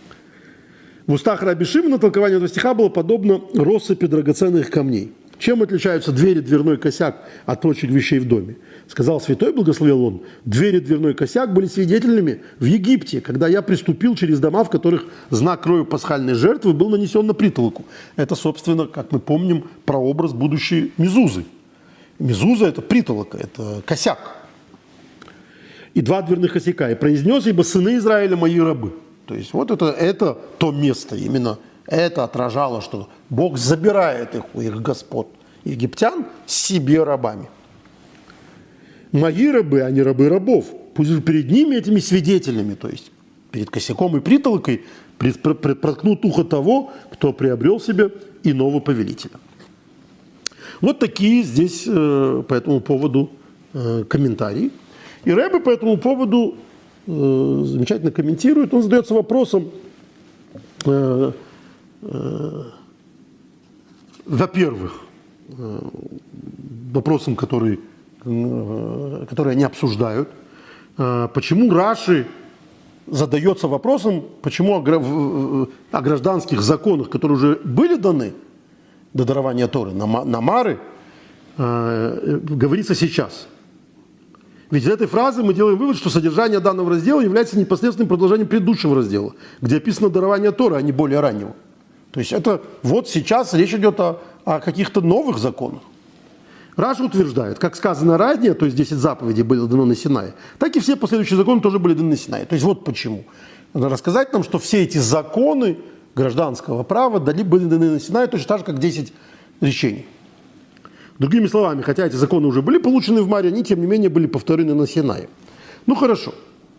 Speaker 1: В устах раби Шимона толкование этого стиха было подобно россыпи драгоценных камней. Чем отличаются двери, дверной косяк от прочих вещей в доме? Сказал святой, благословил он: двери, дверной косяк были свидетелями в Египте, когда я приступил через дома, в которых знак крови пасхальной жертвы был нанесен на притолоку. Это, собственно, как мы помним, прообраз будущей мезузы. Мезуза – это притолока, это косяк. И два дверных косяка. И произнес: ибо сыны Израиля мои рабы. То есть вот это, это то место, именно это отражало, что Бог забирает их у их господ, египтян, себе рабами. Мои рабы, а не рабы рабов. Пусть же перед ними, этими свидетелями, то есть перед косяком и притолокой, проткнут ухо того, кто приобрел себе иного повелителя. Вот такие здесь э, по этому поводу э, комментарии. И Ребе по этому поводу э, замечательно комментирует. Он задается вопросом, э, э, во-первых, э, вопросом, который, э, который они обсуждают. Э, почему Раши задается вопросом, почему о, гра- о гражданских законах, которые уже были даны до дарования Торы, на, на Мары, э, говорится сейчас. Ведь из этой фразы мы делаем вывод, что содержание данного раздела является непосредственным продолжением предыдущего раздела, где описано дарование Торы, а не более раннего. То есть это вот сейчас речь идет о, о каких-то новых законах. Раши утверждает, как сказано ранее, то есть десять заповедей были даны на Синае, так и все последующие законы тоже были даны на Синае. То есть вот почему. Надо рассказать нам, что все эти законы гражданского права были даны на Синае точно так же, как десять речений. Другими словами, хотя эти законы уже были получены в Маре, они, тем не менее, были повторены на Синае. Ну, хорошо.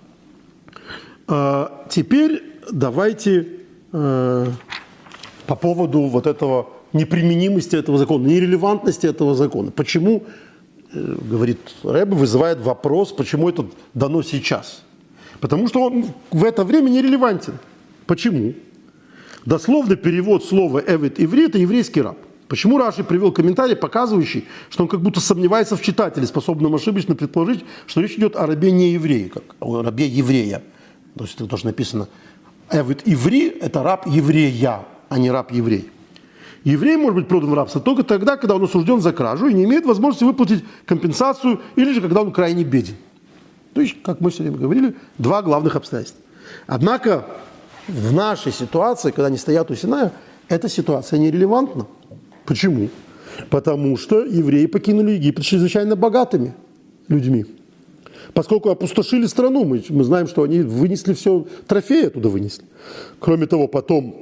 Speaker 1: А, теперь давайте а, по поводу вот этого неприменимости этого закона, нерелевантности этого закона. Почему, э, говорит Ребе, вызывает вопрос, почему это дано сейчас? Потому что он в это время нерелевантен. Почему? Дословный перевод слова «эвет иври» – это еврейский раб. Почему Раши привел комментарий, показывающий, что он как будто сомневается в читателе, способном ошибочно предположить, что речь идет о рабе не еврея, как о рабе еврея. То есть это тоже написано. Эвид иври – это раб еврея, а не раб еврей. Еврей может быть продан в рабство только тогда, когда он осужден за кражу и не имеет возможности выплатить компенсацию, или же когда он крайне беден. То есть, как мы все время говорили, два главных обстоятельства. Однако в нашей ситуации, когда они стоят у Синая, эта ситуация нерелевантна. Почему? Потому что евреи покинули Египет чрезвычайно богатыми людьми. Поскольку опустошили страну, мы, мы знаем, что они вынесли все, трофеи оттуда вынесли. Кроме того, потом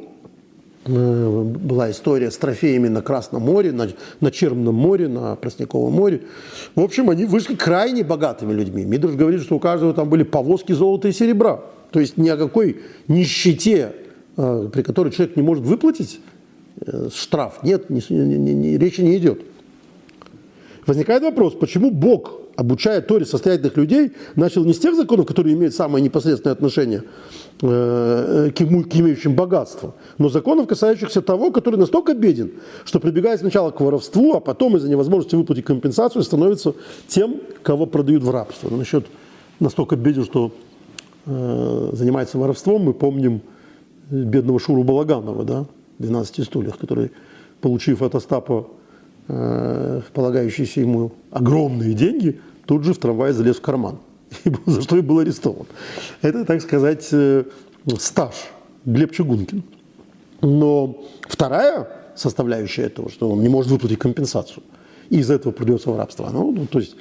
Speaker 1: э, была история с трофеями на Красном море, на, на Черном море, на Тростниковом море. В общем, они вышли крайне богатыми людьми. Мидраш говорит, что у каждого там были повозки золота и серебра. То есть ни о какой нищете, э, при которой человек не может выплатить штраф. Нет, не, не, не, речи не идет. Возникает вопрос, почему Бог, обучая Торе состоятельных людей, начал не с тех законов, которые имеют самое непосредственное отношение э, к, к имеющим богатство, но законов, касающихся того, который настолько беден, что прибегает сначала к воровству, а потом из-за невозможности выплатить компенсацию становится тем, кого продают в рабство. Но насчет настолько беден, что э, занимается воровством, мы помним бедного Шуру Балаганова, да? двенадцати стульях, который, получив от Остапа э, полагающиеся ему огромные деньги, тут же в трамвай залез в карман, за что и был арестован. Это, так сказать, э, стаж Глеб Чугункин. Но вторая составляющая этого, что он не может выплатить компенсацию, и из-за этого придется в рабство. Ну, ну, то есть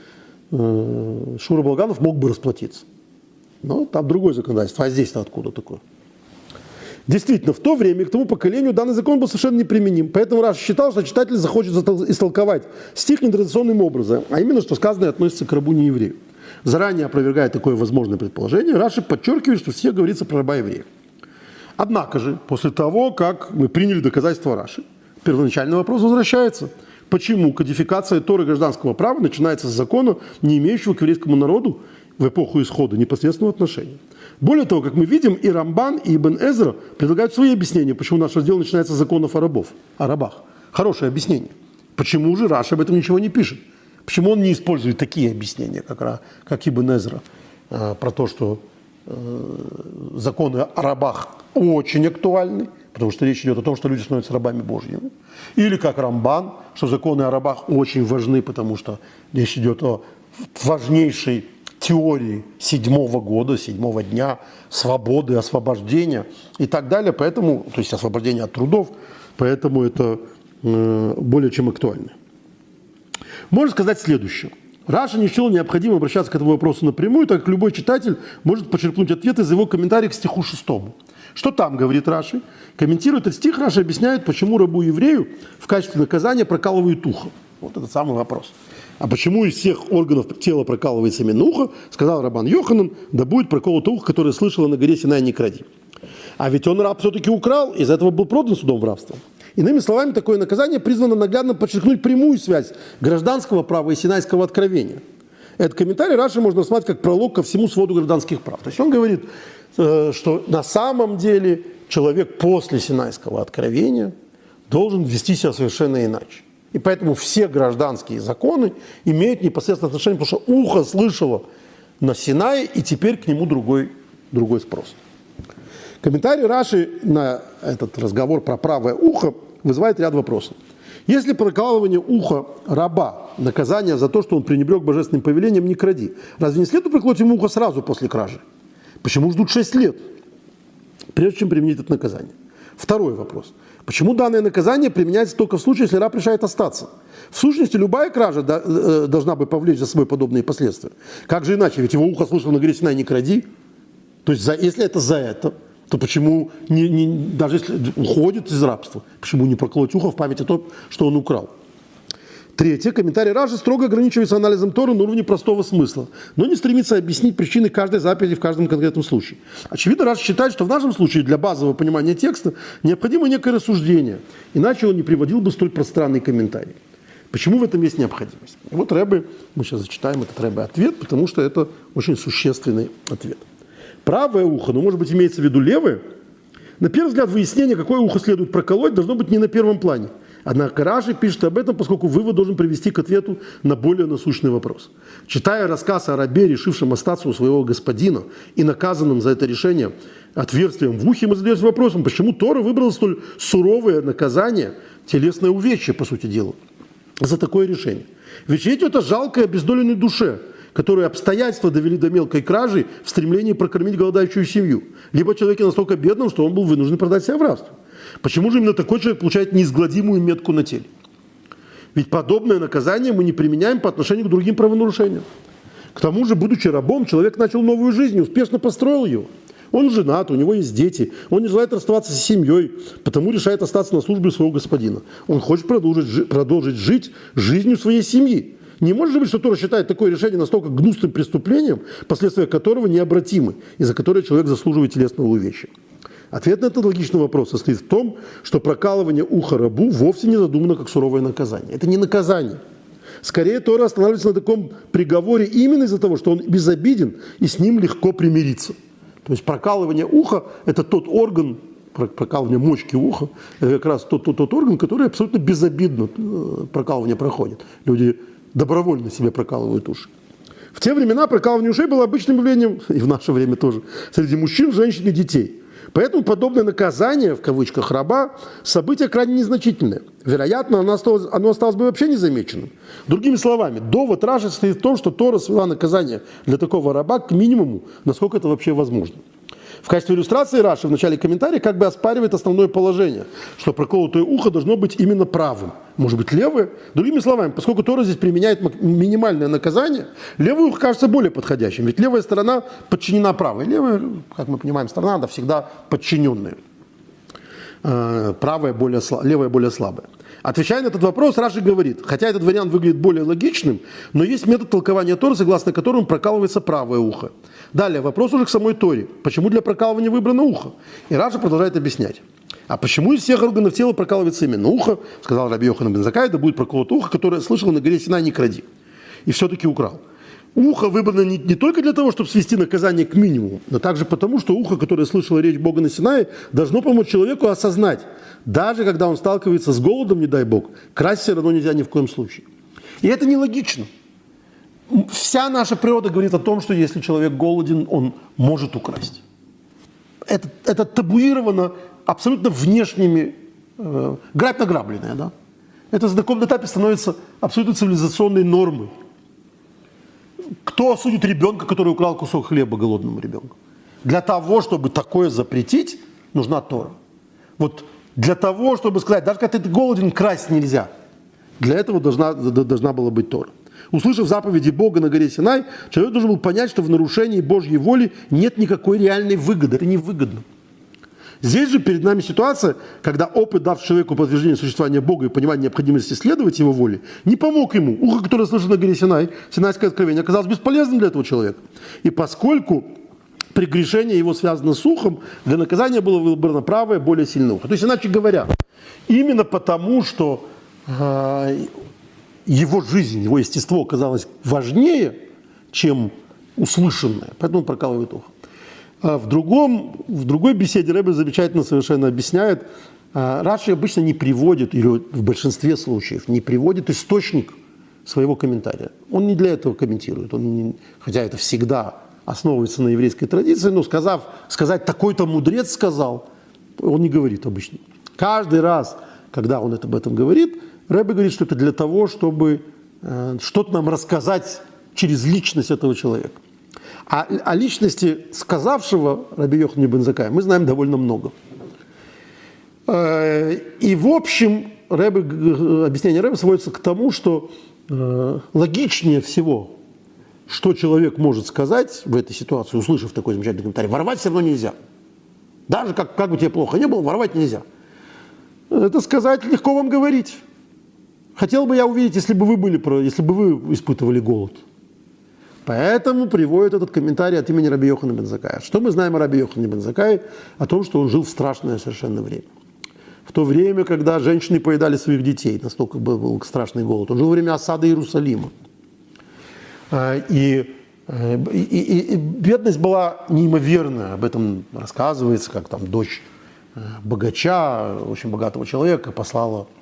Speaker 1: э, Шура Балаганов мог бы расплатиться. Но там другое законодательство. А здесь-то откуда такое? Действительно, в то время к тому поколению данный закон был совершенно неприменим. Поэтому Раши считал, что читатель захочет истолковать стих нетрадиционным образом, а именно, что сказанное относится к рабу не еврею. Заранее опровергая такое возможное предположение, Раши подчеркивает, что стих говорится про раба еврея. Однако же, после того, как мы приняли доказательства Раши, первоначальный вопрос возвращается. Почему кодификация Торы гражданского права начинается с закона, не имеющего к еврейскому народу в эпоху исхода непосредственного отношения? Более того, как мы видим, и Рамбан, и Ибн Эзра предлагают свои объяснения, почему наш раздел начинается с законов о, рабов, о рабах. Хорошее объяснение. Почему же Раши об этом ничего не пишет? Почему он не использует такие объяснения, как, как Ибн Эзра, э, про то, что э, законы о рабах очень актуальны, потому что речь идет о том, что люди становятся рабами Божьими. Или как Рамбан, что законы о рабах очень важны, потому что речь идет о важнейшей теории седьмого года, седьмого дня, свободы, освобождения и так далее. Поэтому, то есть освобождения от трудов, поэтому это э, более чем актуально. Можно сказать следующее. Раши не счел необходимо обращаться к этому вопросу напрямую, так как любой читатель может почерпнуть ответ из его комментариев к стиху шестому. Что там говорит Раши? Комментирует этот стих, Раши объясняет, почему рабу-еврею в качестве наказания прокалывают ухо. Вот этот самый вопрос. А почему из всех органов тела прокалывается именно ухо, сказал Рабан Йоханан, да будет проколото ухо, которое слышало на горе Синай, не кради. А ведь он раб все-таки украл, из-за этого был продан судом в рабство. Иными словами, такое наказание призвано наглядно подчеркнуть прямую связь гражданского права и синайского откровения. Этот комментарий Раши можно рассматривать как пролог ко всему своду гражданских прав. То есть он говорит, что на самом деле человек после синайского откровения должен вести себя совершенно иначе. И поэтому все гражданские законы имеют непосредственное отношение, потому что ухо слышало на Синае, и теперь к нему другой, другой спрос. Комментарий Раши на этот разговор про правое ухо вызывает ряд вопросов. Если прокалывание уха раба, наказание за то, что он пренебрег божественным повелением, не кради, разве не следует проколоть ему ухо сразу после кражи? Почему ждут шесть лет, прежде чем применить это наказание? Второй вопрос. Почему данное наказание применяется только в случае, если раб решает остаться? В сущности, любая кража должна бы повлечь за собой подобные последствия. Как же иначе? Ведь его ухо слышал на горе Синай, не кради. То есть, за, если это за это, то почему, не, не, даже если уходит из рабства, почему не проколоть ухо в память о том, что он украл? Третье. Комментарий Раши строго ограничивается анализом Торы на уровне простого смысла, но не стремится объяснить причины каждой заповеди в каждом конкретном случае. Очевидно, Раши считает, что в нашем случае для базового понимания текста необходимо некое рассуждение, иначе он не приводил бы столь пространный комментарий. Почему в этом есть необходимость? И вот Ребе, мы сейчас зачитаем этот Ребе ответ, потому что это очень существенный ответ. Правое ухо, ну, может быть, имеется в виду левое? На первый взгляд, выяснение, какое ухо следует проколоть, должно быть не на первом плане. Однако Раши пишет об этом, поскольку вывод должен привести к ответу на более насущный вопрос. Читая рассказ о рабе, решившем остаться у своего господина и наказанном за это решение отверстием в ухе, мы задаемся вопросом, почему Тора выбрала столь суровое наказание, телесное увечье, по сути дела, за такое решение. Ведь речь идет о жалкой обездоленной душе, которую обстоятельства довели до мелкой кражи в стремлении прокормить голодающую семью. Либо человеке настолько бедным, что он был вынужден продать себя в рабство. Почему же именно такой человек получает неизгладимую метку на теле? Ведь подобное наказание мы не применяем по отношению к другим правонарушениям. К тому же, будучи рабом, человек начал новую жизнь, успешно построил ее. Он женат, у него есть дети, он не желает расставаться с семьей, потому решает остаться на службе своего господина. Он хочет продолжить, продолжить жить жизнью своей семьи. Не может быть, что Тора считает такое решение настолько гнусным преступлением, последствия которого необратимы, и за которое человек заслуживает телесного увечья. Ответ на этот логичный вопрос состоит в том, что прокалывание уха рабу вовсе не задумано как суровое наказание. Это не наказание. Скорее, Тора останавливается на таком приговоре именно из-за того, что он безобиден и с ним легко примириться. То есть прокалывание уха – это тот орган, прокалывание мочки уха, это как раз тот, тот, тот орган, который абсолютно безобидно прокалывание проходит. Люди добровольно себе прокалывают уши. В те времена прокалывание ушей было обычным явлением, и в наше время тоже, среди мужчин, женщин и детей. Поэтому подобное наказание, в кавычках, раба, событие крайне незначительное. Вероятно, оно осталось, оно осталось бы вообще незамеченным. Другими словами, довод Раши состоит в том, что Тора свела наказание для такого раба к минимуму, насколько это вообще возможно. В качестве иллюстрации Раши в начале комментария как бы оспаривает основное положение, что проколотое ухо должно быть именно правым, может быть левое. Другими словами, поскольку Тора здесь применяет минимальное наказание, левое ухо кажется более подходящим, ведь левая сторона подчинена правой. Левая, как мы понимаем, сторона, она всегда подчиненная. Правая более, левая более слабая. Отвечая на этот вопрос, Раши говорит, хотя этот вариант выглядит более логичным, но есть метод толкования Торы, согласно которому прокалывается правое ухо. Далее, вопрос уже к самой Торе. Почему для прокалывания выбрано ухо? И Раши продолжает объяснять. А почему из всех органов тела прокалывается именно ухо? Сказал Раби Йоханан бен Заккай, да будет проколото ухо, которое слышал на горе Синай, не кради. И все-таки украл. Ухо выбрано не, не только для того, чтобы свести наказание к минимуму, но также потому, что ухо, которое слышало речь Бога на Синае, должно помочь человеку осознать, даже когда он сталкивается с голодом, не дай Бог, красть все равно нельзя ни в коем случае. И это нелогично. Вся наша природа говорит о том, что если человек голоден, он может украсть. Это, это табуировано абсолютно внешними, э, грабь награбленное, да? Это на таком этапе становится абсолютно цивилизационной нормой. Кто осудит ребенка, который украл кусок хлеба голодному ребенку? Для того, чтобы такое запретить, нужна Тора. Вот для того, чтобы сказать, даже когда ты голоден, красть нельзя. Для этого должна, должна была быть Тора. Услышав заповеди Бога на горе Синай, человек должен был понять, что в нарушении Божьей воли нет никакой реальной выгоды. Это невыгодно. Здесь же перед нами ситуация, когда опыт, дав человеку подтверждение существования Бога и понимание необходимости следовать его воле, не помог ему. Ухо, которое слышно на горе Синай, Синайское откровение, оказалось бесполезным для этого человека. И поскольку прегрешение его связано с ухом, для наказания было выбрано правое, более сильное ухо. То есть, иначе говоря, именно потому, что э, его жизнь, его естество оказалось важнее, чем услышанное, поэтому он прокалывает ухо. В, другом, в другой беседе Ребе замечательно совершенно объясняет, Раши обычно не приводит, или в большинстве случаев, не приводит источник своего комментария. Он не для этого комментирует, он не, хотя это всегда основывается на еврейской традиции, но сказав, сказать «такой-то мудрец сказал», он не говорит обычно. Каждый раз, когда он это, об этом говорит, Ребе говорит, что это для того, чтобы э, что-то нам рассказать через личность этого человека. А о личности сказавшего Раби Йоханана бен Заккая мы знаем довольно много. И в общем, Ребе, объяснение Ребе сводится к тому, что логичнее всего, что человек может сказать в этой ситуации, услышав такой замечательный комментарий, воровать все равно нельзя. Даже как, как бы тебе плохо не было, воровать нельзя. Это сказать легко вам говорить. Хотел бы я увидеть, если бы вы были, если бы вы испытывали голод. Поэтому приводит этот комментарий от имени Раби Йоханана бен Заккая. Что мы знаем о Раби Йоханане бен Заккае? О том, что он жил в страшное совершенно время. В то время, когда женщины поедали своих детей, настолько был страшный голод. Он жил во время осады Иерусалима. И, и, и, и бедность была неимоверная. Об этом рассказывается, как там дочь богача, очень богатого человека, послала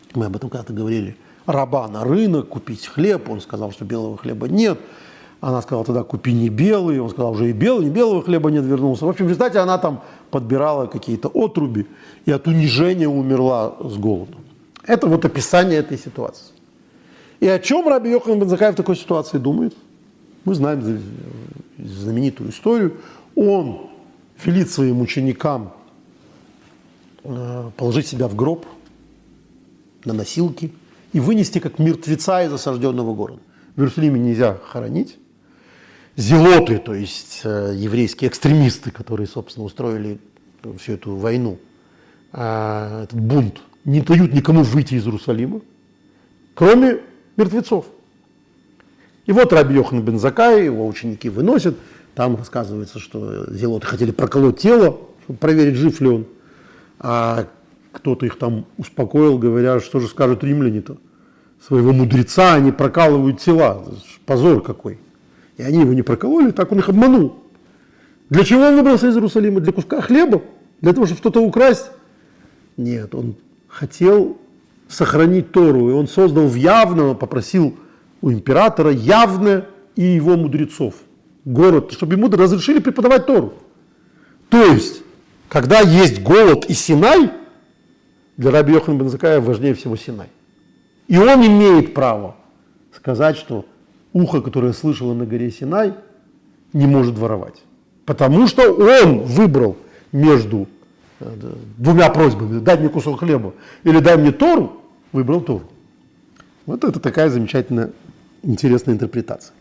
Speaker 1: мы об этом когда-то говорили, раба на рынок, купить хлеб. Он сказал, что белого хлеба нет. Она сказала, тогда купи не белый. Он сказал, уже и белый, и белого хлеба нет, вернулся. В общем, в результате она там подбирала какие-то отруби и от унижения умерла с голоду. Это вот описание этой ситуации. И о чем раби Йоханан бен Заккай в такой ситуации думает? Мы знаем знаменитую историю. Он велит своим ученикам положить себя в гроб на носилки и вынести как мертвеца из осажденного города. В Иерусалиме нельзя хоронить. Зелоты, то есть э, еврейские экстремисты, которые, собственно, устроили всю эту войну, э, этот бунт, не дают никому выйти из Иерусалима, кроме мертвецов. И вот раби Йоханан бен Заккай, его ученики выносят, там рассказывается, что зелоты хотели проколоть тело, чтобы проверить, жив ли он, а кто-то их там успокоил, говоря, что же скажут римляне-то, своего мудреца они прокалывают тела, позор какой. И они его не прокололи, так он их обманул. Для чего он выбрался из Иерусалима? Для куска хлеба? Для того, чтобы что-то украсть? Нет, он хотел сохранить Тору, и он создал в явно, попросил у императора Явне и его мудрецов город, чтобы ему разрешили преподавать Тору. То есть, когда есть голод и Синай, для раби Йоханана бен Заккая важнее всего Синай. И он имеет право сказать, что ухо, которое слышало на горе Синай, не может воровать. Потому что он выбрал между двумя просьбами: дай мне кусок хлеба или дай мне Тору, выбрал Тору. Вот это такая замечательная, интересная интерпретация.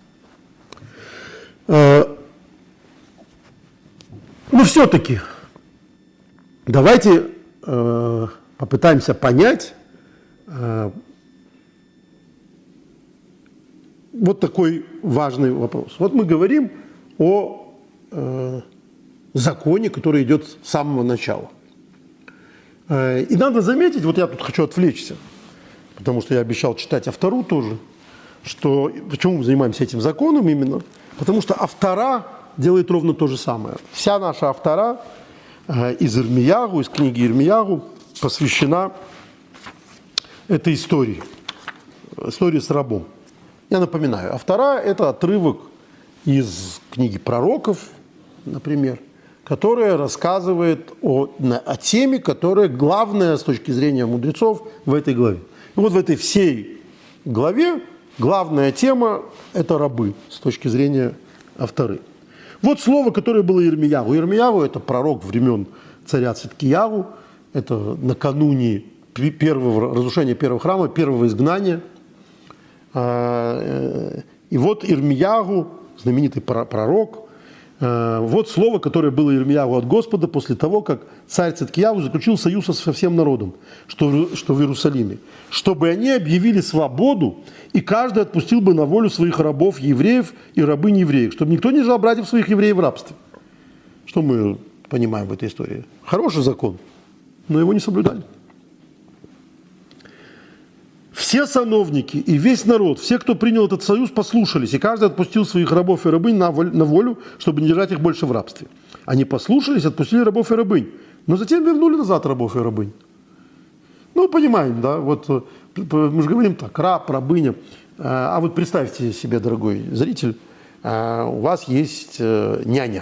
Speaker 1: Но все-таки давайте попытаемся понять вот такой важный вопрос. Вот мы говорим о э, законе, который идет с самого начала. Э, и надо заметить, вот я тут хочу отвлечься, потому что я обещал читать Автору тоже, что почему мы занимаемся этим законом именно? Потому что Автора делает ровно то же самое. Вся наша Автора э, из Ирмиягу, из книги Ирмиягу посвящена этой истории, истории с рабом. Я напоминаю, Автора – это отрывок из книги пророков, например, которая рассказывает о, о теме, которая главная с точки зрения мудрецов в этой главе. И вот в этой всей главе главная тема – это рабы с точки зрения Авторы. Вот слово, которое было Ирмиягу. Ирмиягу – это пророк времен царя Циткиягу, это накануне первого разрушения первого храма, первого изгнания. И вот Ирмиягу, знаменитый пророк, вот слово, которое было Ирмиягу от Господа после того, как царь Циткиягу заключил союз со всем народом, что, что в Иерусалиме, чтобы они объявили свободу, и каждый отпустил бы на волю своих рабов, евреев и рабынь евреев, чтобы никто не жал братьев своих евреев в рабстве. Что мы понимаем в этой истории? Хороший закон, но его не соблюдали. Все сановники и весь народ, все, кто принял этот союз, послушались, и каждый отпустил своих рабов и рабынь на волю, чтобы не держать их больше в рабстве. Они послушались, отпустили рабов и рабынь, но затем вернули назад рабов и рабынь. Ну, понимаем, да, вот мы же говорим так, раб, рабыня. А вот представьте себе, дорогой зритель, у вас есть няня,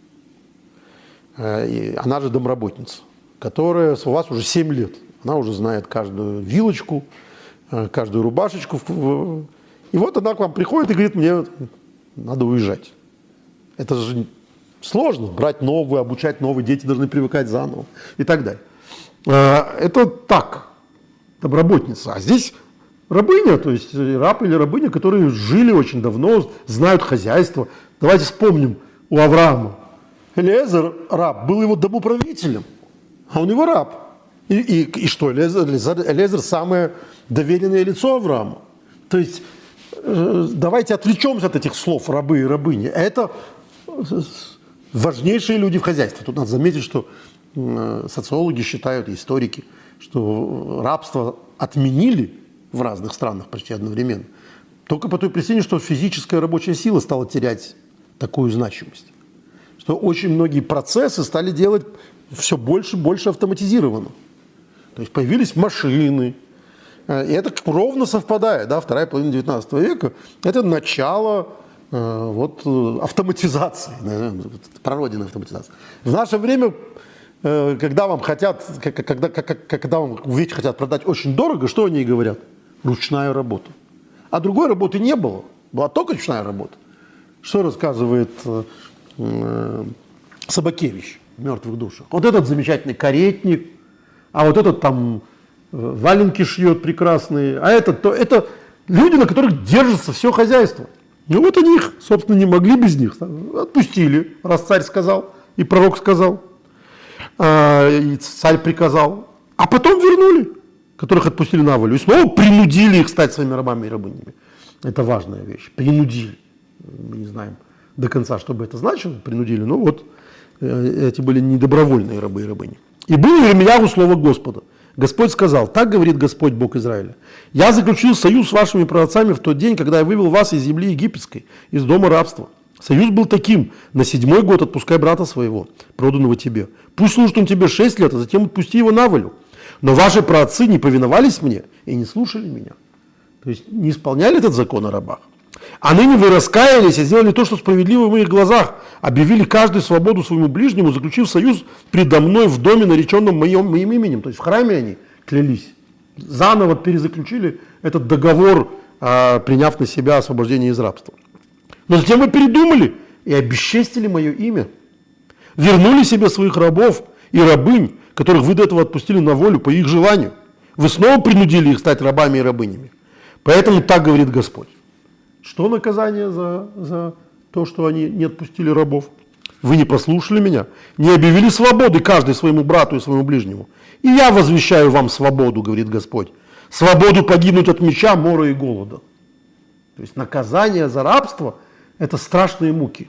Speaker 1: она же домработница, которая у вас уже семь лет, она уже знает каждую вилочку, каждую рубашечку. И вот она к вам приходит и говорит: мне надо уезжать. Это же сложно, брать новую, обучать новые, дети должны привыкать заново и так далее. Это так, домработница. А здесь рабыня, то есть раб или рабыня, которые жили очень давно, знают хозяйство. Давайте вспомним у Авраама. Элиэзер, раб, был его домоправителем, а он его раб. И, и, и что, Элиэзер, Элиэзер самое доверенное лицо Авраама. То есть э, давайте отвлечемся от этих слов рабы и рабыни. Это важнейшие люди в хозяйстве. Тут надо заметить, что э, социологи считают, и историки, что рабство отменили в разных странах почти одновременно. Только по той причине, что физическая рабочая сила стала терять такую значимость. Что очень многие процессы стали делать все больше и больше автоматизированно. То есть появились машины, И это ровно совпадает, да, вторая половина девятнадцатого века. Это начало э, вот, автоматизации, прародина автоматизации. В наше время, э, когда вам хотят, когда, когда вам вещь хотят продать очень дорого, что они говорят? Ручная работа. А другой работы не было, была только ручная работа. Что рассказывает э, э, Собакевич в «Мертвых душах»? Вот этот замечательный каретник, а вот этот там валенки шьет прекрасные, а этот, то это люди, на которых держится все хозяйство. Ну вот они их, собственно, не могли без них. Отпустили, раз царь сказал, и пророк сказал, и царь приказал. А потом вернули, которых отпустили на волю. И снова принудили их стать своими рабами и рабынями. Это важная вещь. Принудили. Мы не знаем до конца, что бы это значило. Принудили. Но вот эти были недобровольные рабы и рабыни. И было у Ирмияху слово Господа. Господь сказал: так говорит Господь, Бог Израиля: я заключил союз с вашими праотцами в тот день, когда я вывел вас из земли египетской, из дома рабства. Союз был таким: на седьмой год отпускай брата своего, проданного тебе. Пусть служит он тебе шесть лет, а затем отпусти его на волю. Но ваши праотцы не повиновались мне и не слушали меня. То есть не исполняли этот закон о рабах. А ныне вы раскаялись и сделали то, что справедливо в моих глазах. Объявили каждую свободу своему ближнему, заключив союз предо мной в доме, нареченном моим, моим именем. То есть в храме они клялись. Заново перезаключили этот договор, а, приняв на себя освобождение из рабства. Но затем вы передумали и обесчестили мое имя. Вернули себе своих рабов и рабынь, которых вы до этого отпустили на волю по их желанию. Вы снова принудили их стать рабами и рабынями. Поэтому так говорит Господь. Что наказание за, за то, что они не отпустили рабов? Вы не послушали меня, не объявили свободы каждый своему брату и своему ближнему. И я возвещаю вам свободу, говорит Господь. Свободу погибнуть от меча, мора и голода. То есть наказание за рабство – это страшные муки.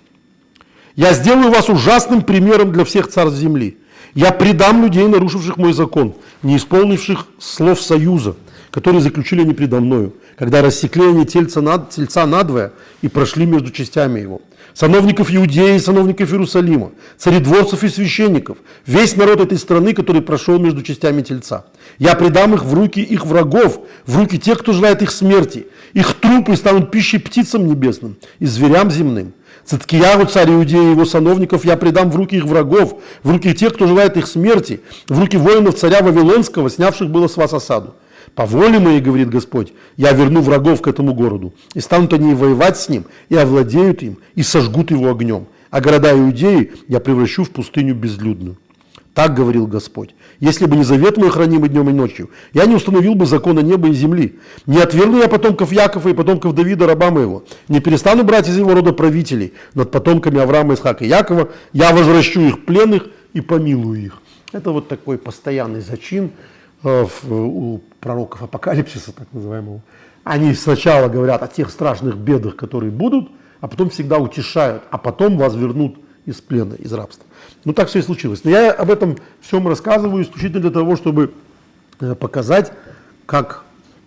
Speaker 1: Я сделаю вас ужасным примером для всех царств земли. Я предам людей, нарушивших мой закон, не исполнивших слов союза, которые заключили они предо мною, когда рассекли они тельца, над, тельца надвое и прошли между частями его. Сановников Иудеи, сановников Иерусалима, царедворцев и священников, весь народ этой страны, который прошел между частями тельца. Я предам их в руки их врагов, в руки тех, кто желает их смерти. Их трупы станут пищей птицам небесным и зверям земным. Циткиягу, царь Иудеи и его сановников, я предам в руки их врагов, в руки тех, кто желает их смерти, в руки воинов царя Вавилонского, снявших было с вас осаду. По воле моей, говорит Господь, я верну врагов к этому городу, и станут они воевать с ним, и овладеют им, и сожгут его огнем. А города Иудеи я превращу в пустыню безлюдную. Так говорил Господь. Если бы не завет мой, хранимый днем и ночью, я не установил бы закона неба и земли. Не отвергну я потомков Якова и потомков Давида, раба моего. Не перестану брать из его рода правителей над потомками Авраама, Исхака и Якова. Я возвращу их пленных и помилую их. Это вот такой постоянный зачин э, в, у пророков апокалипсиса, так называемого. Они сначала говорят о тех страшных бедах, которые будут, а потом всегда утешают, а потом вас вернут из плена, из рабства. Ну так все и случилось. Но я об этом всем рассказываю исключительно для того, чтобы показать, как,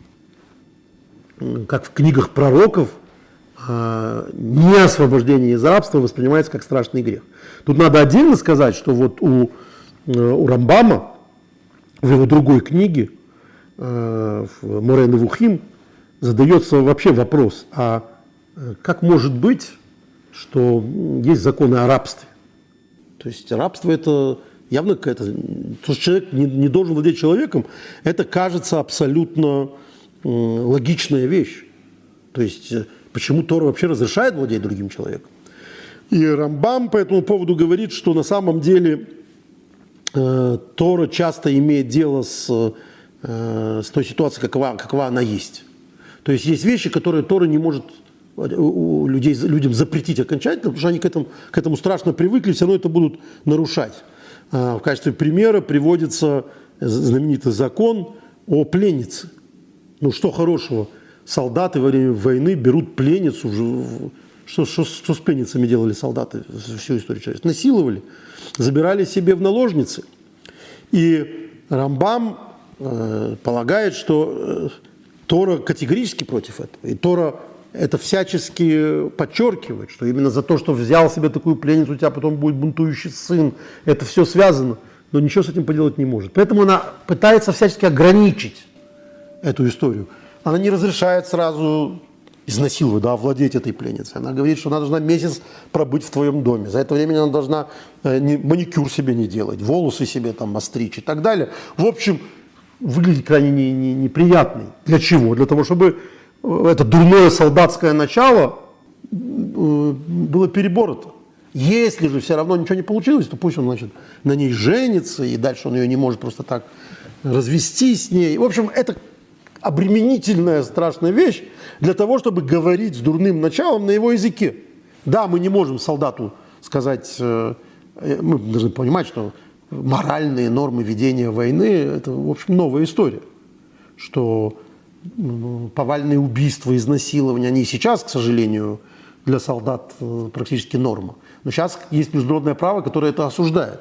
Speaker 1: как в книгах пророков неосвобождение из рабства воспринимается как страшный грех. Тут надо отдельно сказать, что вот у, у Рамбама в его другой книге, в Море Невухим, задается вообще вопрос, а как может быть, что есть законы о рабстве? То есть рабство – это явно какая-то… То, что человек не, не должен владеть человеком, это кажется абсолютно э, логичная вещь. То есть почему Тора вообще разрешает владеть другим человеком? И Рамбам по этому поводу говорит, что на самом деле э, Тора часто имеет дело с, э, с той ситуацией, какова, какова она есть. То есть есть вещи, которые Тора не может у людей, людям запретить окончательно, потому что они к этому, к этому страшно привыкли, все равно это будут нарушать. В качестве примера приводится знаменитый закон о пленнице. Ну что хорошего, солдаты во время войны берут пленницу. Что, что, что с пленницами делали солдаты всю историю человечества? Насиловали, забирали себе в наложницы. И Рамбам э, полагает, что э, Тора категорически против этого. И Тора это всячески подчеркивает, что именно за то, что взял себе такую пленницу, у тебя потом будет бунтующий сын, это все связано, но ничего с этим поделать не может. Поэтому она пытается всячески ограничить эту историю. Она не разрешает сразу изнасиловать, да, овладеть этой пленницей. Она говорит, что она должна месяц пробыть в твоем доме. За это время она должна э, не, маникюр себе не делать, волосы себе там остричь и так далее. В общем, выглядит крайне не, не, неприятной. Для чего? Для того, чтобы это дурное солдатское начало э, было переборото. Если же все равно ничего не получилось, то пусть он, значит, на ней женится, и дальше он ее не может просто так развестись с ней. В общем, это обременительная, страшная вещь для того, чтобы говорить с дурным началом на его языке. Да, мы не можем солдату сказать, э, мы должны понимать, что моральные нормы ведения войны – это, в общем, новая история. Что ну, повальные убийства, изнасилования, они и сейчас, к сожалению, для солдат э, практически норма. Но сейчас есть международное право, которое это осуждает.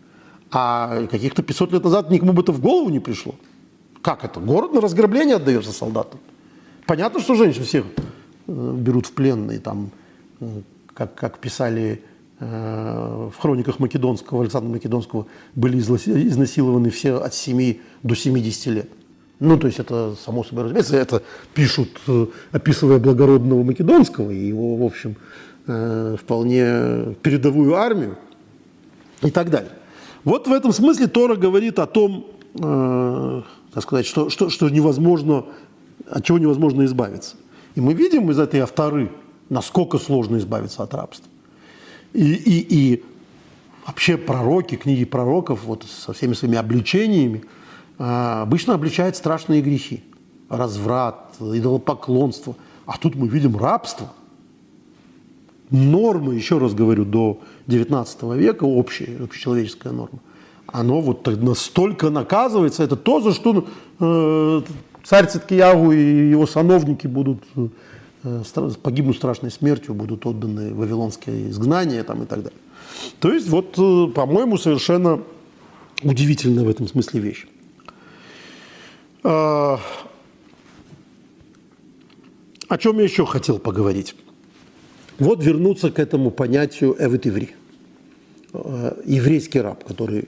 Speaker 1: А каких-то пятьсот лет назад никому бы это в голову не пришло. Как это? Город на разграбление отдается солдатам. Понятно, что женщин всех э, берут в плен, и там, э, как, как писали э, в хрониках Македонского, Александра Македонского, были изнасилованы все от семи до семидесяти лет. Ну, то есть это само собой разумеется, это пишут, э, описывая благородного Македонского и его, в общем, э, вполне передовую армию и так далее. Вот в этом смысле Тора говорит о том, э, так сказать, что, что, что невозможно, от чего невозможно избавиться. И мы видим из этой авторы, насколько сложно избавиться от рабства. И, и, и вообще пророки, книги пророков вот, со всеми своими обличениями э, обычно обличают страшные грехи. Разврат, идолопоклонство. А тут мы видим рабство. Норма, еще раз говорю, до девятнадцатого века, общая, общечеловеческая норма, оно вот настолько наказывается, это то, за что э, царь Циткиягу и его сановники будут э, погибнут страшной смертью, будут отданы в вавилонское изгнание там, и так далее. То есть, вот, э, по-моему, совершенно удивительная в этом смысле вещь. Э, о чем я еще хотел поговорить? Вот вернуться к этому понятию «эвет иври», еврейский раб, который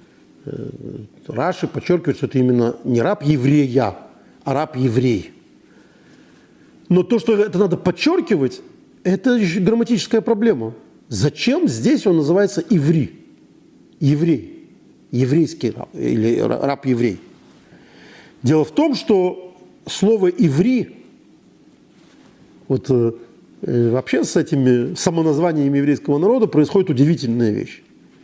Speaker 1: Раши подчеркивает, что это именно не раб еврея, а раб еврей. Но то, что это надо подчеркивать, это еще грамматическая проблема. Зачем здесь он называется иври, еврей, еврейский раб или раб-еврей? Дело в том, что слово иври, вот вообще с этими самоназваниями еврейского народа происходит удивительная вещь.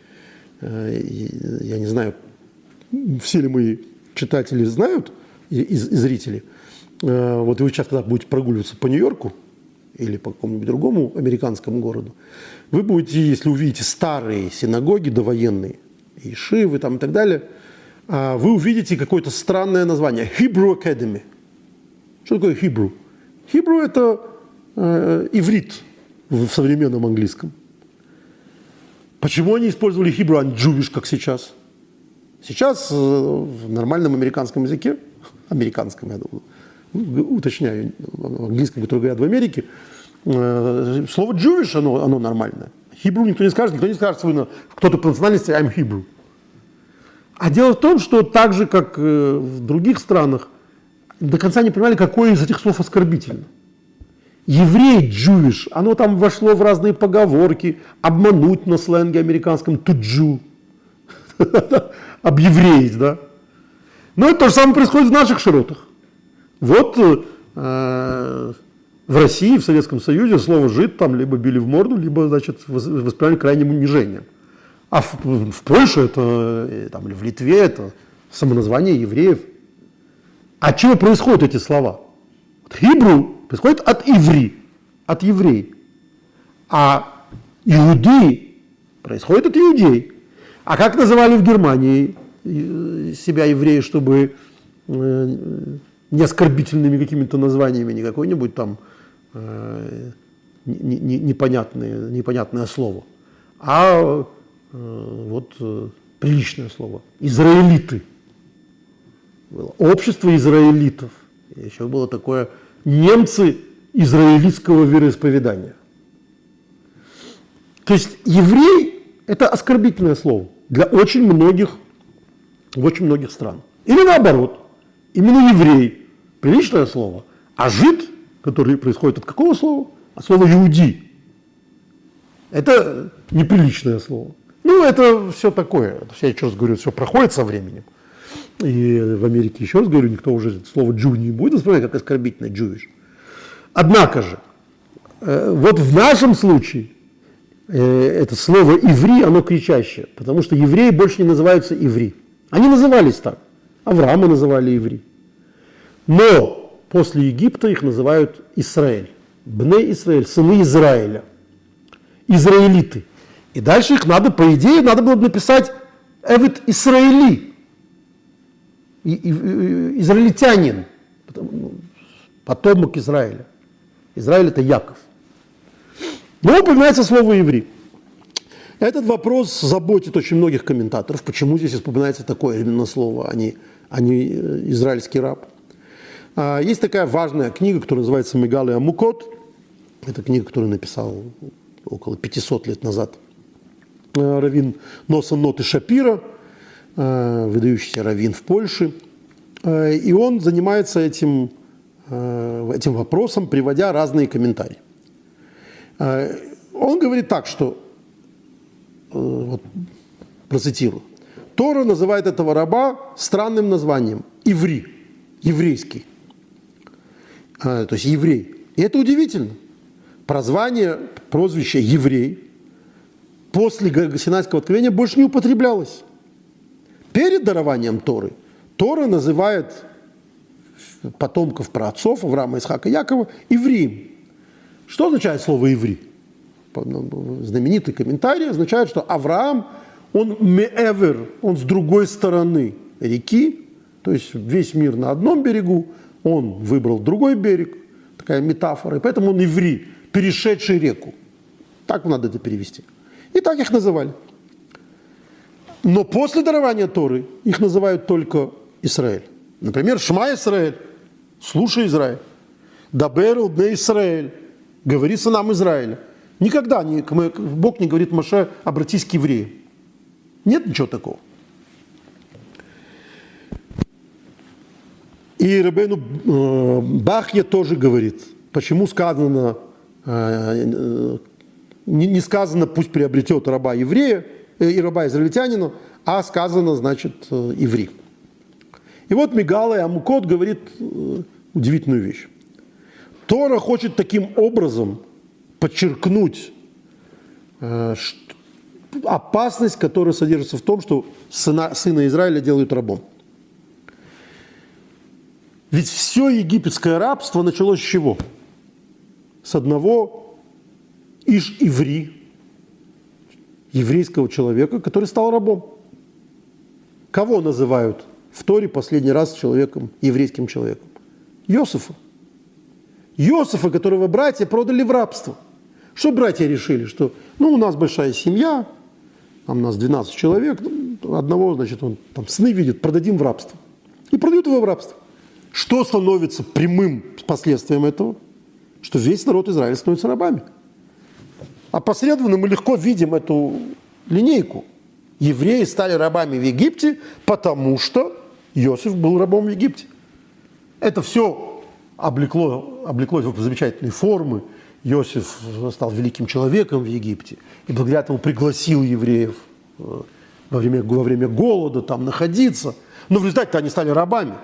Speaker 1: Я не знаю, все ли мои читатели знают и, и зрители. Вот вы сейчас, когда будете прогуливаться по Нью-Йорку или по какому-нибудь другому американскому городу, вы будете, если увидите старые синагоги довоенные, ешивы там и так далее, вы увидите какое-то странное название – Hebrew Academy. Что такое Hebrew? Hebrew – это э, иврит в современном английском. Почему они использовали Hebrew, а не Jewish, как сейчас? Сейчас э, в нормальном американском языке, американском, я думаю, уточняю, в английском, который говорят в Америке, э, слово Jewish, оно, оно нормальное. Hebrew никто не скажет, никто не скажет свой, кто-то по национальности I'm Hebrew. А дело в том, что так же, как э, в других странах, до конца не понимали, какое из этих слов оскорбительно. Еврей, Jewish, оно там вошло в разные поговорки, обмануть на сленге американском to Jew, объевреить, да. Но это то же самое происходит в наших широтах. Вот э, в России, в Советском Союзе слово «жид» там либо били в морду, либо, значит, воспринимали крайним унижением. А в, в Польше, это, там, или в Литве это самоназвание евреев. От чего происходят эти слова? Hebrew происходит от иври, от еврей. А иудеи происходит от иудей. А как называли в Германии себя евреи, чтобы не оскорбительными какими-то названиями, не какое-нибудь там непонятное, непонятное слово, а вот приличное слово. Израилиты. Было общество израилитов. Еще было такое немцы израилитского вероисповедания. То есть еврей – это оскорбительное слово для очень многих, в очень многих стран. Или наоборот, именно еврей приличное слово. А жид, который происходит от какого слова? От слова иуди. Это неприличное слово. Ну, это все такое. Я еще раз говорю, все проходит со временем. И в Америке, еще раз говорю, никто уже слово «джу» не будет воспринимать как оскорбительное «Jewish». Однако же, вот в нашем случае это слово «иври», оно кричащее, потому что евреи больше не называются иври. Они назывались так. Авраама называли иври. Но после Египта их называют Исраэль. Бне Исраэль, сыны Израиля. Израилиты. И дальше их надо, по идее, надо было бы написать «эвет Исраили». И, и, и, израильтянин, потомок Израиля. Израиль – это Яков. Но упоминается слово «иври». Этот вопрос заботит очень многих комментаторов. Почему здесь упоминается такое именно слово, а не, а не израильский раб? Есть такая важная книга, которая называется «Мегале Амукот». Это книга, которую написал около пятисот лет назад раввин Носон Ноты Шапира, выдающийся раввин в Польше. И он занимается этим, этим вопросом, приводя разные комментарии. Он говорит так, что, вот, процитирую, Тора называет этого раба странным названием – иври, еврейский, то есть еврей. И это удивительно. Прозвание, прозвище «еврей» после Синайского откровения больше не употреблялось. Перед дарованием Торы Тора называет потомков праотцов Авраама, Исхака, Якова евреем. Что означает слово «еврей»? Знаменитый комментарий означает, что Авраам, он меэвер, он с другой стороны реки, то есть весь мир на одном берегу, он выбрал другой берег, такая метафора, и поэтому он еврей, перешедший реку. Так надо это перевести. И так их называли. Но после дарования Торы их называют только Израиль. Например, Шма Исраэль, слушай Израиль. Дабер бне Исраэль, говори сынам Израиля. Никогда не, Бог не говорит Моше, обратись к евреям. Нет ничего такого. И Рабейну э, Бахья тоже говорит, почему сказано, э, не, не сказано, пусть приобретет раба еврея, э, и раба израильтянина, а сказано, значит, э, еврей. И вот Мегала и Амукот говорит э, удивительную вещь. Тора хочет таким образом подчеркнуть э, опасность, которая содержится в том, что сына, сына Израиля делают рабом. Ведь все египетское рабство началось с чего? С одного иш-иври, еврейского человека, который стал рабом. Кого называют в Торе последний раз человеком, еврейским человеком? Иосифа. Иосифа, которого братья продали в рабство. Что братья решили? Что ну, у нас большая семья, там у нас двенадцать человек, ну, одного, значит, он там сны видит, продадим в рабство. И продают его в рабство. Что становится прямым последствием этого? Что весь народ Израиля становится рабами. Опосредованно мы легко видим эту линейку. Евреи стали рабами в Египте, потому что Иосиф был рабом в Египте. Это все облекло, облеклось в замечательные формы. Иосиф стал великим человеком в Египте и благодаря этому пригласил евреев во время, во время голода там находиться. Но в результате они стали рабами.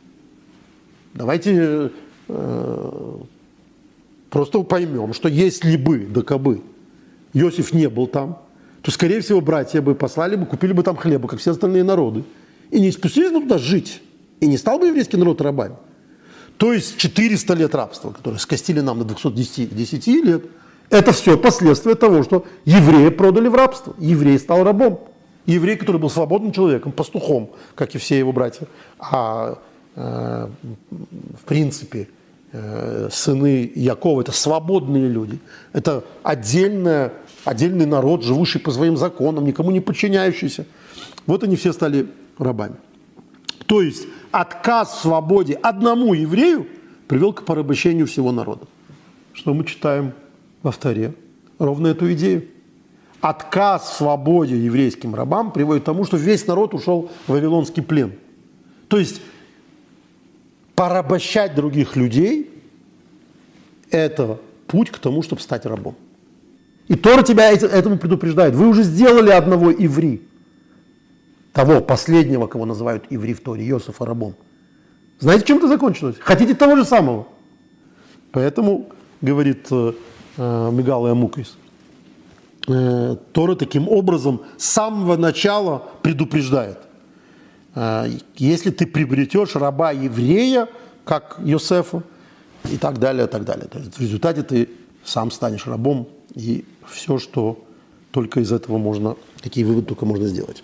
Speaker 1: Давайте э, просто поймем, что если бы, да кабы, Иосиф не был там, то, скорее всего, братья бы послали бы, купили бы там хлеба, как все остальные народы, и не спустились бы туда жить, и не стал бы еврейский народ рабами. То есть четыреста лет рабства, которые скостили нам на двести десять лет, это все последствия того, что еврея продали в рабство. Еврей стал рабом. Еврей, который был свободным человеком, пастухом, как и все его братья, а э, в принципе э, сыны Якова – это свободные люди, это отдельная, отдельный народ, живущий по своим законам, никому не подчиняющийся. Вот они все стали рабами. То есть отказ в свободе одному еврею привел к порабощению всего народа. Что мы читаем во Торе? Ровно эту идею. Отказ в свободе еврейским рабам приводит к тому, что весь народ ушел в вавилонский плен. То есть порабощать других людей – это путь к тому, чтобы стать рабом. И Тора тебя этому предупреждает. Вы уже сделали одного иври, того последнего, кого называют иври в Торе, Йосефа рабом. Знаете, чем это закончилось? Хотите того же самого? Поэтому, говорит э, э, Мигал и Амукис, э, Тора таким образом с самого начала предупреждает. Э, если ты приобретешь раба еврея, как Йосефа, и так далее, и так далее. То есть в результате ты сам станешь рабом, и все, что только из этого можно, какие выводы только можно сделать.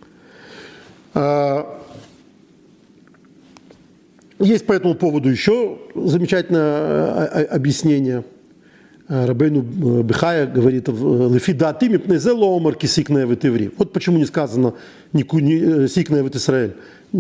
Speaker 1: Есть по этому поводу еще замечательное объяснение. Рабейну Бехая говорит: «Лефида ты мипнезе лоомар кисикная в иври». Вот почему не сказано «сикная в Израиль»,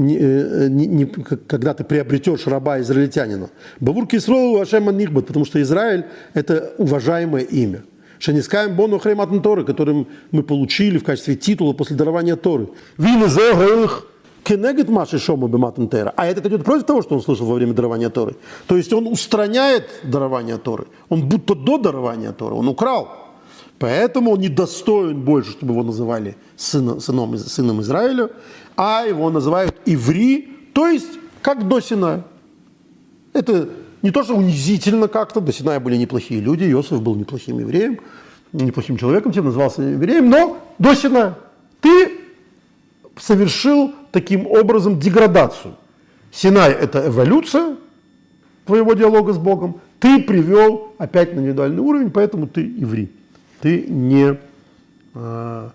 Speaker 1: когда ты приобретешь раба израильтянина. «Бавур кисроу ашем анихбат», потому что Израиль – это уважаемое имя. «Шанискаем бону хрейматн Торы», которым мы получили в качестве титула после дарования Торы. «Вин зе гейлых кенегет маши шома бематн Тора». А это идет против того, что он слышал во время дарования Торы. То есть он устраняет дарование Торы. Он будто до дарования Торы, он украл. Поэтому он недостоин больше, чтобы его называли сыном, сыном, сыном Израиля, а его называют иври, то есть как до Синая. Это не то, что унизительно как-то, до Синая были неплохие люди, Иосиф был неплохим евреем, неплохим человеком, тем назывался евреем, но до Синая ты совершил таким образом деградацию. Синай – это эволюция твоего диалога с Богом, ты привел опять на индивидуальный уровень, поэтому ты иври. Ты не, а,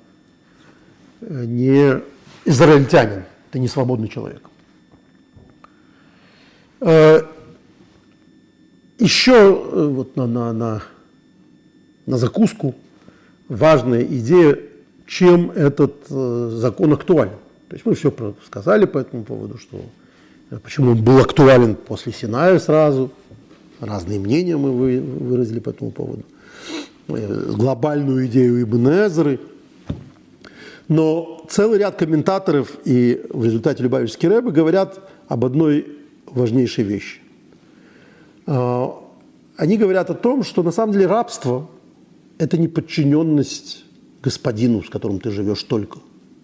Speaker 1: не израильтянин, ты не свободный человек. А, еще вот на, на, на, на закуску важная идея, чем этот э, закон актуален. То есть мы все сказали по этому поводу, что почему он был актуален после Синая сразу, разные мнения мы вы, выразили по этому поводу. Глобальную идею Ибн Эзры. Но целый ряд комментаторов и в результате Любавичский Ребе говорят об одной важнейшей вещи. Они говорят о том, что на самом деле рабство – это не подчиненность господину, с которым ты живешь только.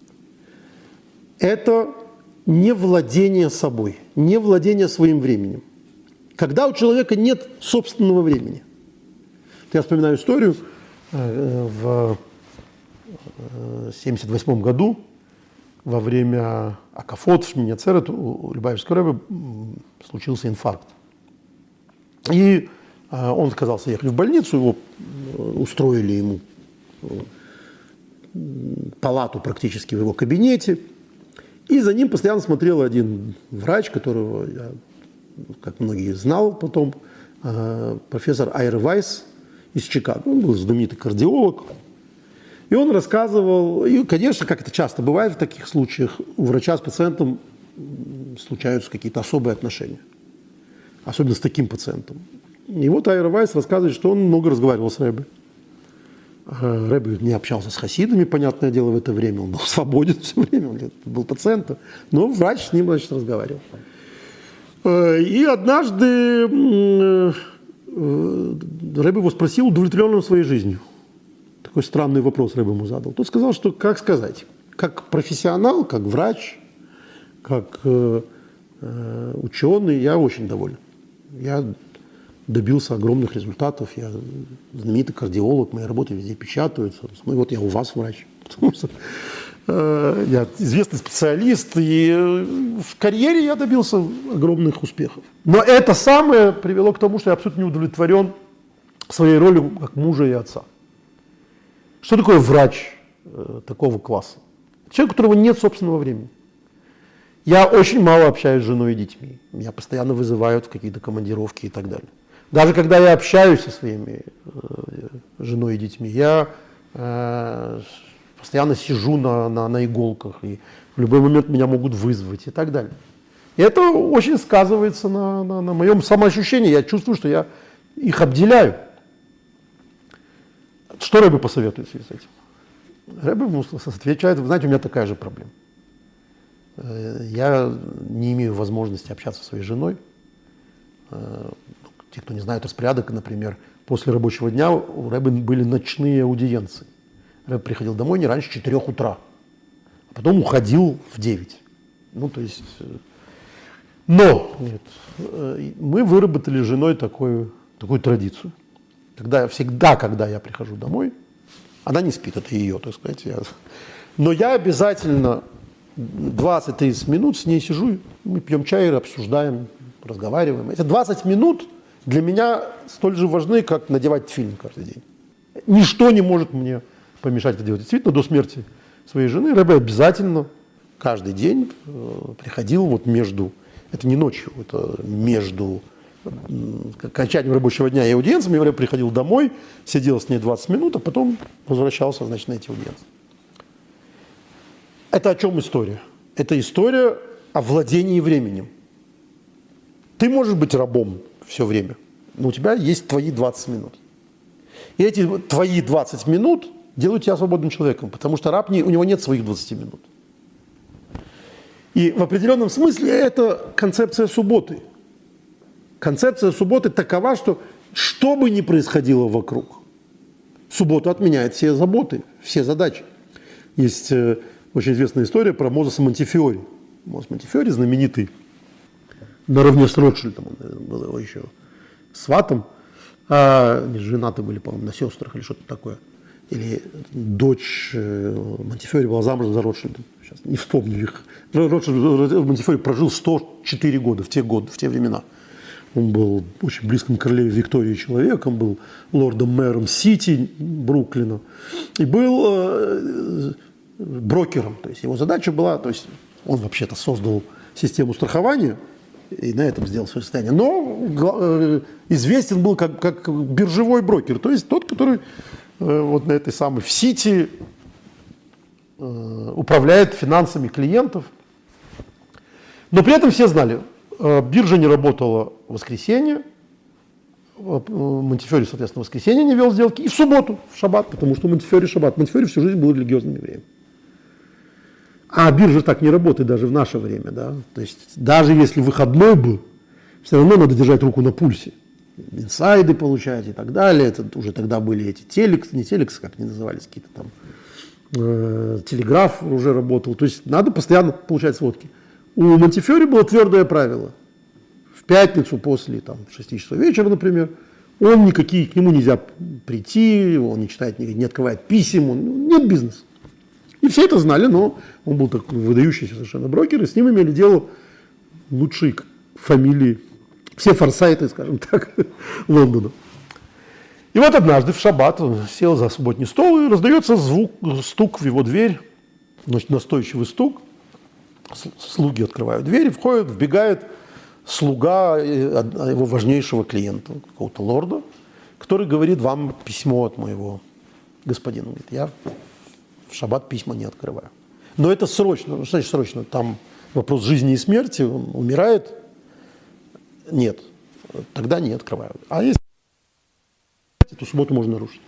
Speaker 1: Это не владение собой, не владение своим временем. Когда у человека нет собственного времени. Я вспоминаю историю, в семьдесят восьмом году во время Акафот в Шмини Ацерет у Любавичского Ребе случился инфаркт. И он отказался ехать в больницу, его устроили ему палату практически в его кабинете. И за ним постоянно смотрел один врач, которого я, как многие, знал потом, профессор Айр Вайс из Чикаго. Он был знаменитый кардиолог. И он рассказывал, и, конечно, как это часто бывает в таких случаях, у врача с пациентом случаются какие-то особые отношения. Особенно с таким пациентом. И вот Айр Вайс рассказывает, что он много разговаривал с Ребе. Ребе не общался с хасидами, понятное дело, в это время. Он был свободен все время, он был пациентом. Но врач с ним, значит, разговаривал. И однажды Ребе его спросил, удовлетворен он своей жизнью. Такой странный вопрос Ребе ему задал. Тот сказал, что, как сказать, как профессионал, как врач, как э, э, ученый, я очень доволен. Я добился огромных результатов, я знаменитый кардиолог, мои работы везде печатаются. Ну и вот я у вас врач. Потому что э, я известный специалист, и в карьере я добился огромных успехов. Но это самое привело к тому, что я абсолютно не удовлетворен своей ролью как мужа и отца. Что такое врач э, такого класса? Человек, у которого нет собственного времени. Я очень мало общаюсь с женой и детьми. Меня постоянно вызывают в какие-то командировки и так далее. Даже когда я общаюсь со своими э, женой и детьми, я э, постоянно сижу на, на, на иголках, и в любой момент меня могут вызвать и так далее. И это очень сказывается на, на, на моем самоощущении. Я чувствую, что я их обделяю. Что Ребе посоветует в связи с этим? Ребе отвечает: вы знаете, у меня такая же проблема. Я не имею возможности общаться со своей женой, те, кто не знает распорядок, например, после рабочего дня у Ребе были ночные аудиенции. Ребе приходил домой не раньше четырёх утра, а потом уходил в девять. Ну, то есть... Но нет, мы выработали с женой такую, такую традицию. Когда, всегда, когда я прихожу домой, она не спит, это ее, так сказать. Я... Но я обязательно двадцать-тридцать минут с ней сижу, мы пьем чай, обсуждаем, разговариваем. Эти двадцать минут для меня столь же важны, как надевать тфилин каждый день. Ничто не может мне помешать это делать. Действительно, до смерти своей жены Ребе обязательно каждый день приходил вот между, это не ночью, это между окончанием рабочего дня и аудиенцией, Ребе приходил домой, сидел с ней двадцать минут, а потом возвращался, значит, на эти аудиенции. Это о чем история? Это история о владении временем. Ты можешь быть рабом все время, но у тебя есть твои двадцать минут. И эти твои двадцать минут делают тебя свободным человеком, потому что раб, не, у него нет своих двадцати минут. И в определенном смысле это концепция субботы. Концепция субботы такова, что что бы ни происходило вокруг, суббота отменяет все заботы, все задачи. Есть э, очень известная история про Мозеса Монтефиори. Мозес Монтефиори знаменитый, наравне с Ротшильдом, он был его еще сватом, а, не, женаты были, по-моему, на сестрах или что-то такое. Или дочь э, Монтефиори была замужем за Ротшильдом. Сейчас не вспомню их. Ротшильд, Монтефиори прожил сто четыре года в те годы, в те времена. Он был очень близким к королеве Виктории человеком, был лордом-мэром Сити, Бруклина, и был э, брокером. То есть его задача была, то есть он вообще-то создал систему страхования и на этом сделал свое состояние, но э, известен был как, как биржевой брокер, то есть тот, который э, вот на этой самой в Сити э, управляет финансами клиентов. Но при этом все знали, биржа не работала в воскресенье, Монтефиори, соответственно, в воскресенье не вел сделки, и в субботу, в шаббат, потому что Монтефиори шаббат. Монтефиори всю жизнь был религиозным евреем. А биржа так не работает даже в наше время. Да? То есть даже если выходной был, все равно надо держать руку на пульсе. Инсайды получать и так далее. Это уже тогда были эти телексы, не телексы, как они назывались, какие-то там, э, телеграф уже работал. То есть надо постоянно получать сводки. У Монтефиори было твердое правило. В пятницу после там, шести часов вечера, например, он никакие, к нему нельзя прийти, он не читает, не открывает писем, он, нет бизнеса. И все это знали, но он был такой выдающийся совершенно брокер, и с ним имели дело лучшие фамилии, все форсайты, скажем так, Лондона. И вот однажды в шаббат он сел за субботний стол, и раздается звук, стук в его дверь, настойчивый стук. Слуги открывают дверь, входит, вбегает слуга его важнейшего клиента, какого-то лорда, который говорит: вам письмо от моего господина. Он говорит: я в шаббат письма не открываю. Но это срочно. Что значит срочно? Там вопрос жизни и смерти, он умирает. Нет, тогда не открываю. А если эту субботу можно нарушить.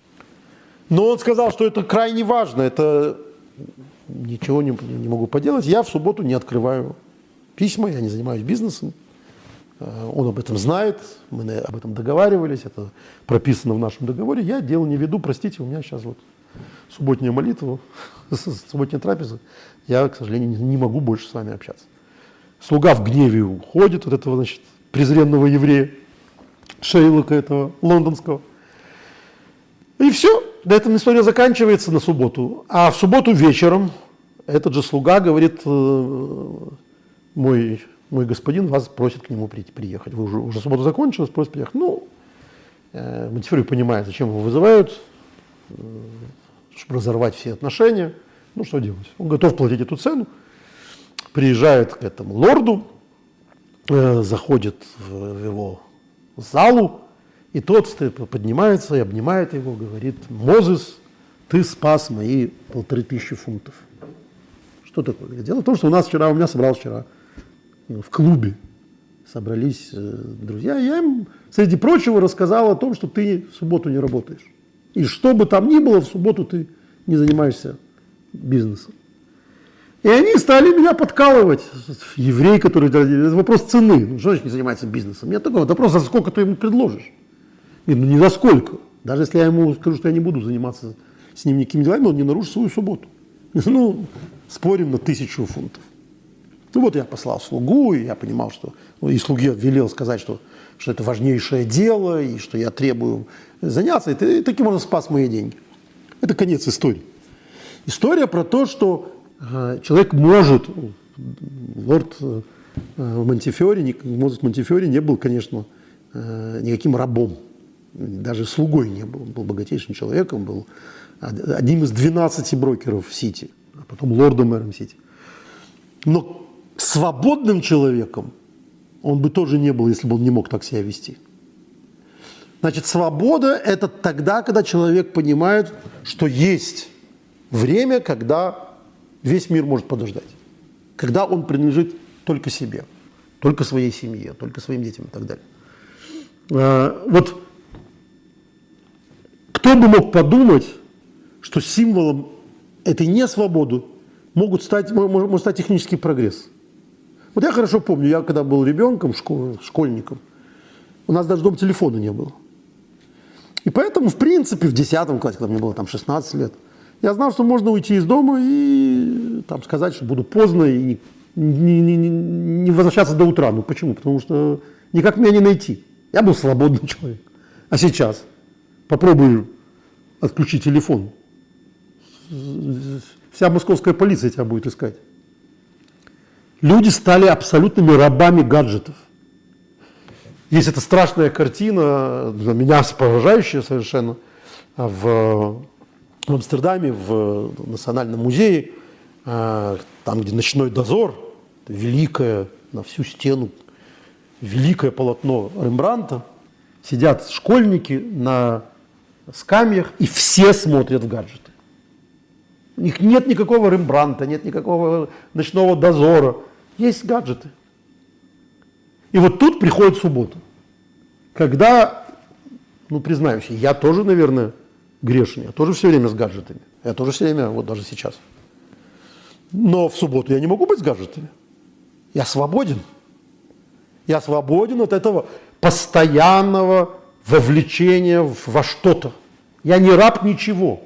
Speaker 1: Но он сказал, что это крайне важно, это ничего не, не могу поделать. Я в субботу не открываю письма, я не занимаюсь бизнесом. Он об этом знает, мы об этом договаривались, это прописано в нашем договоре. Я дело не веду, простите, у меня сейчас вот субботняя молитва, субботняя трапеза. Я, к сожалению, не, не могу больше с вами общаться. Слуга в гневе уходит от этого, значит, презренного еврея, Шейлока этого лондонского. И все, на этом история заканчивается на субботу. А в субботу вечером этот же слуга говорит: мой, мой господин вас просит к нему прийти, приехать. Вы уже, уже суббота закончилась, просит приехать. Ну, э, Монтефиори понимает, зачем его вызывают, э, чтобы разорвать все отношения. Ну, что делать? Он готов платить эту цену. Приезжает к этому лорду, э, заходит в его залу, и тот поднимается и обнимает его, говорит: Мозес, ты спас мои полторы тысячи фунтов. Что такое? Дело в том, что у нас вчера, у меня собралось вчера в клубе, собрались друзья, я им, среди прочего, рассказал о том, что ты в субботу не работаешь. И что бы там ни было, в субботу ты не занимаешься бизнесом. И они стали меня подкалывать. Еврей, который... Это вопрос цены. Ну, что значит не занимается бизнесом? Нет такого. Вопрос, за сколько ты ему предложишь? И, ну, не за сколько. Даже если я ему скажу, что я не буду заниматься с ним никакими делами, он не нарушит свою субботу. Ну, спорим на тысячу фунтов. Ну, вот я послал слугу, и я понимал, что... И слуге велел сказать, что, что это важнейшее дело, и что я требую заняться. И, и таким образом спас мои деньги. Это конец истории. История про то, что э, человек может... Лорд э, Монтифиори, Мозес Монтифиори не был, конечно, э, никаким рабом. Даже слугой не был. Он был богатейшим человеком, был одним из двенадцати брокеров в Сити, а потом лордом-мэром Сити. Но свободным человеком он бы тоже не был, если бы он не мог так себя вести. Значит, свобода – это тогда, когда человек понимает, что есть время, когда весь мир может подождать. Когда он принадлежит только себе, только своей семье, только своим детям и так далее. Вот кто бы мог подумать, что символом этой несвободы могут стать, может стать технический прогресс. Вот я хорошо помню, я когда был ребенком, школ, школьником, у нас даже дома телефона не было. И поэтому, в принципе, в десятом классе, когда мне было там шестнадцать лет, я знал, что можно уйти из дома и там, сказать, что буду поздно и не, не, не, не возвращаться до утра. Ну почему? Потому что никак меня не найти. Я был свободный человек. А сейчас попробуй отключить телефон. Вся московская полиция тебя будет искать. Люди стали абсолютными рабами гаджетов. Есть эта страшная картина, для меня поражающая совершенно, в, в Амстердаме, в Национальном музее, там, где ночной дозор, великое, на всю стену, великое полотно Рембрандта, сидят школьники на скамьях, и все смотрят в гаджеты. У них нет никакого Рембрандта, нет никакого ночного дозора. Есть гаджеты. И вот тут приходит суббота. Когда, ну признаюсь, я тоже, наверное, грешный. Я тоже все время с гаджетами. Я тоже все время, вот даже сейчас. Но в субботу я не могу быть с гаджетами. Я свободен. Я свободен от этого постоянного вовлечения во что-то. Я не раб ничего.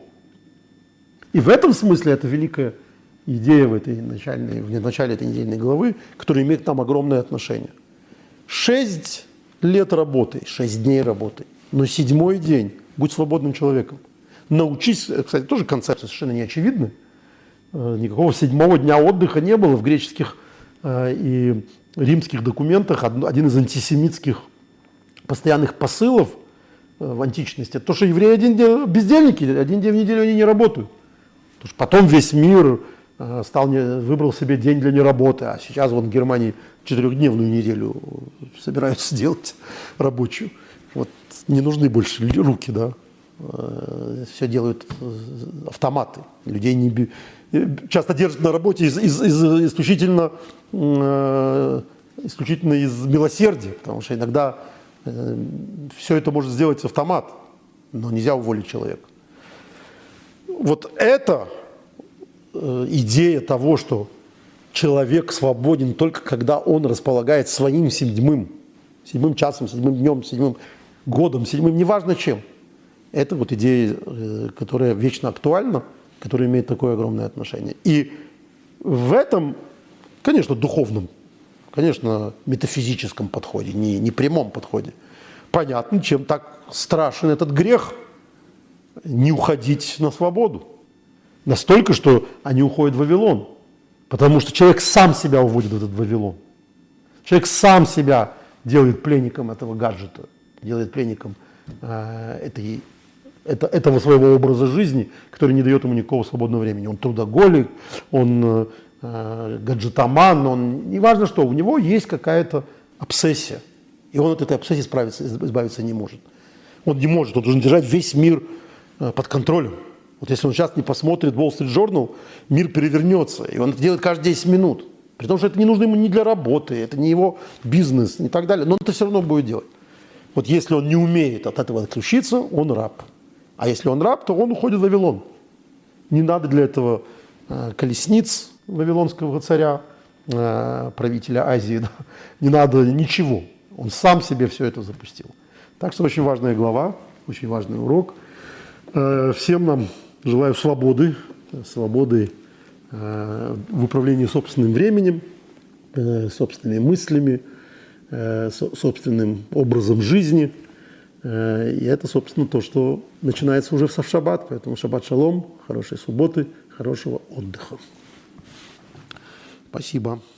Speaker 1: И в этом смысле это великая идея в, этой начальной, в начале этой недельной главы, которая имеет к нам огромное отношение. Шесть лет работай, шесть дней работай, но седьмой день будь свободным человеком. Научись, кстати, тоже концепция совершенно неочевидная. Никакого седьмого дня отдыха не было в греческих и римских документах. Один из антисемитских постоянных посылов в античности, это то, что евреи один день бездельники, один день в неделю они не работают. Потому что потом весь мир стал, выбрал себе день для неработы, а сейчас вот в Германии четырехдневную неделю собираются делать рабочую. Вот не нужны больше руки, да. Все делают автоматы. Людей не, часто держат на работе из, из, из, исключительно, исключительно из милосердия, потому что иногда все это может сделать автомат, но нельзя уволить человека. Вот это идея того, что человек свободен только когда он располагает своим седьмым, седьмым часом, седьмым днем, седьмым годом, седьмым, неважно чем. Это вот идея, которая вечно актуальна, которая имеет такое огромное отношение. И в этом, конечно, духовном, конечно, метафизическом подходе, не, не прямом подходе, понятно, чем так страшен этот грех не уходить на свободу. Настолько, что они уходят в Вавилон. Потому что человек сам себя уводит в этот Вавилон. Человек сам себя делает пленником этого гаджета, делает пленником э, этой, это, этого своего образа жизни, который не дает ему никакого свободного времени. Он трудоголик, он э, гаджетоман, он неважно что, у него есть какая-то обсессия. И он от этой обсессии справиться, избавиться не может. Он не может, он должен держать весь мир э, под контролем. Вот если он сейчас не посмотрит Wall Street Journal, мир перевернется. И он это делает каждые десять минут. При том, что это не нужно ему ни для работы, это не его бизнес и так далее. Но он это все равно будет делать. Вот если он не умеет от этого отключиться, он раб. А если он раб, то он уходит в Вавилон. Не надо для этого э, колесниц, вавилонского царя, правителя Азии. Да? Не надо ничего. Он сам себе все это запустил. Так что очень важная глава, очень важный урок. Всем нам желаю свободы, свободы в управлении собственным временем, собственными мыслями, собственным образом жизни. И это, собственно, то, что начинается уже в шаббат. Поэтому шаббат шалом, хорошей субботы, хорошего отдыха. Спасибо.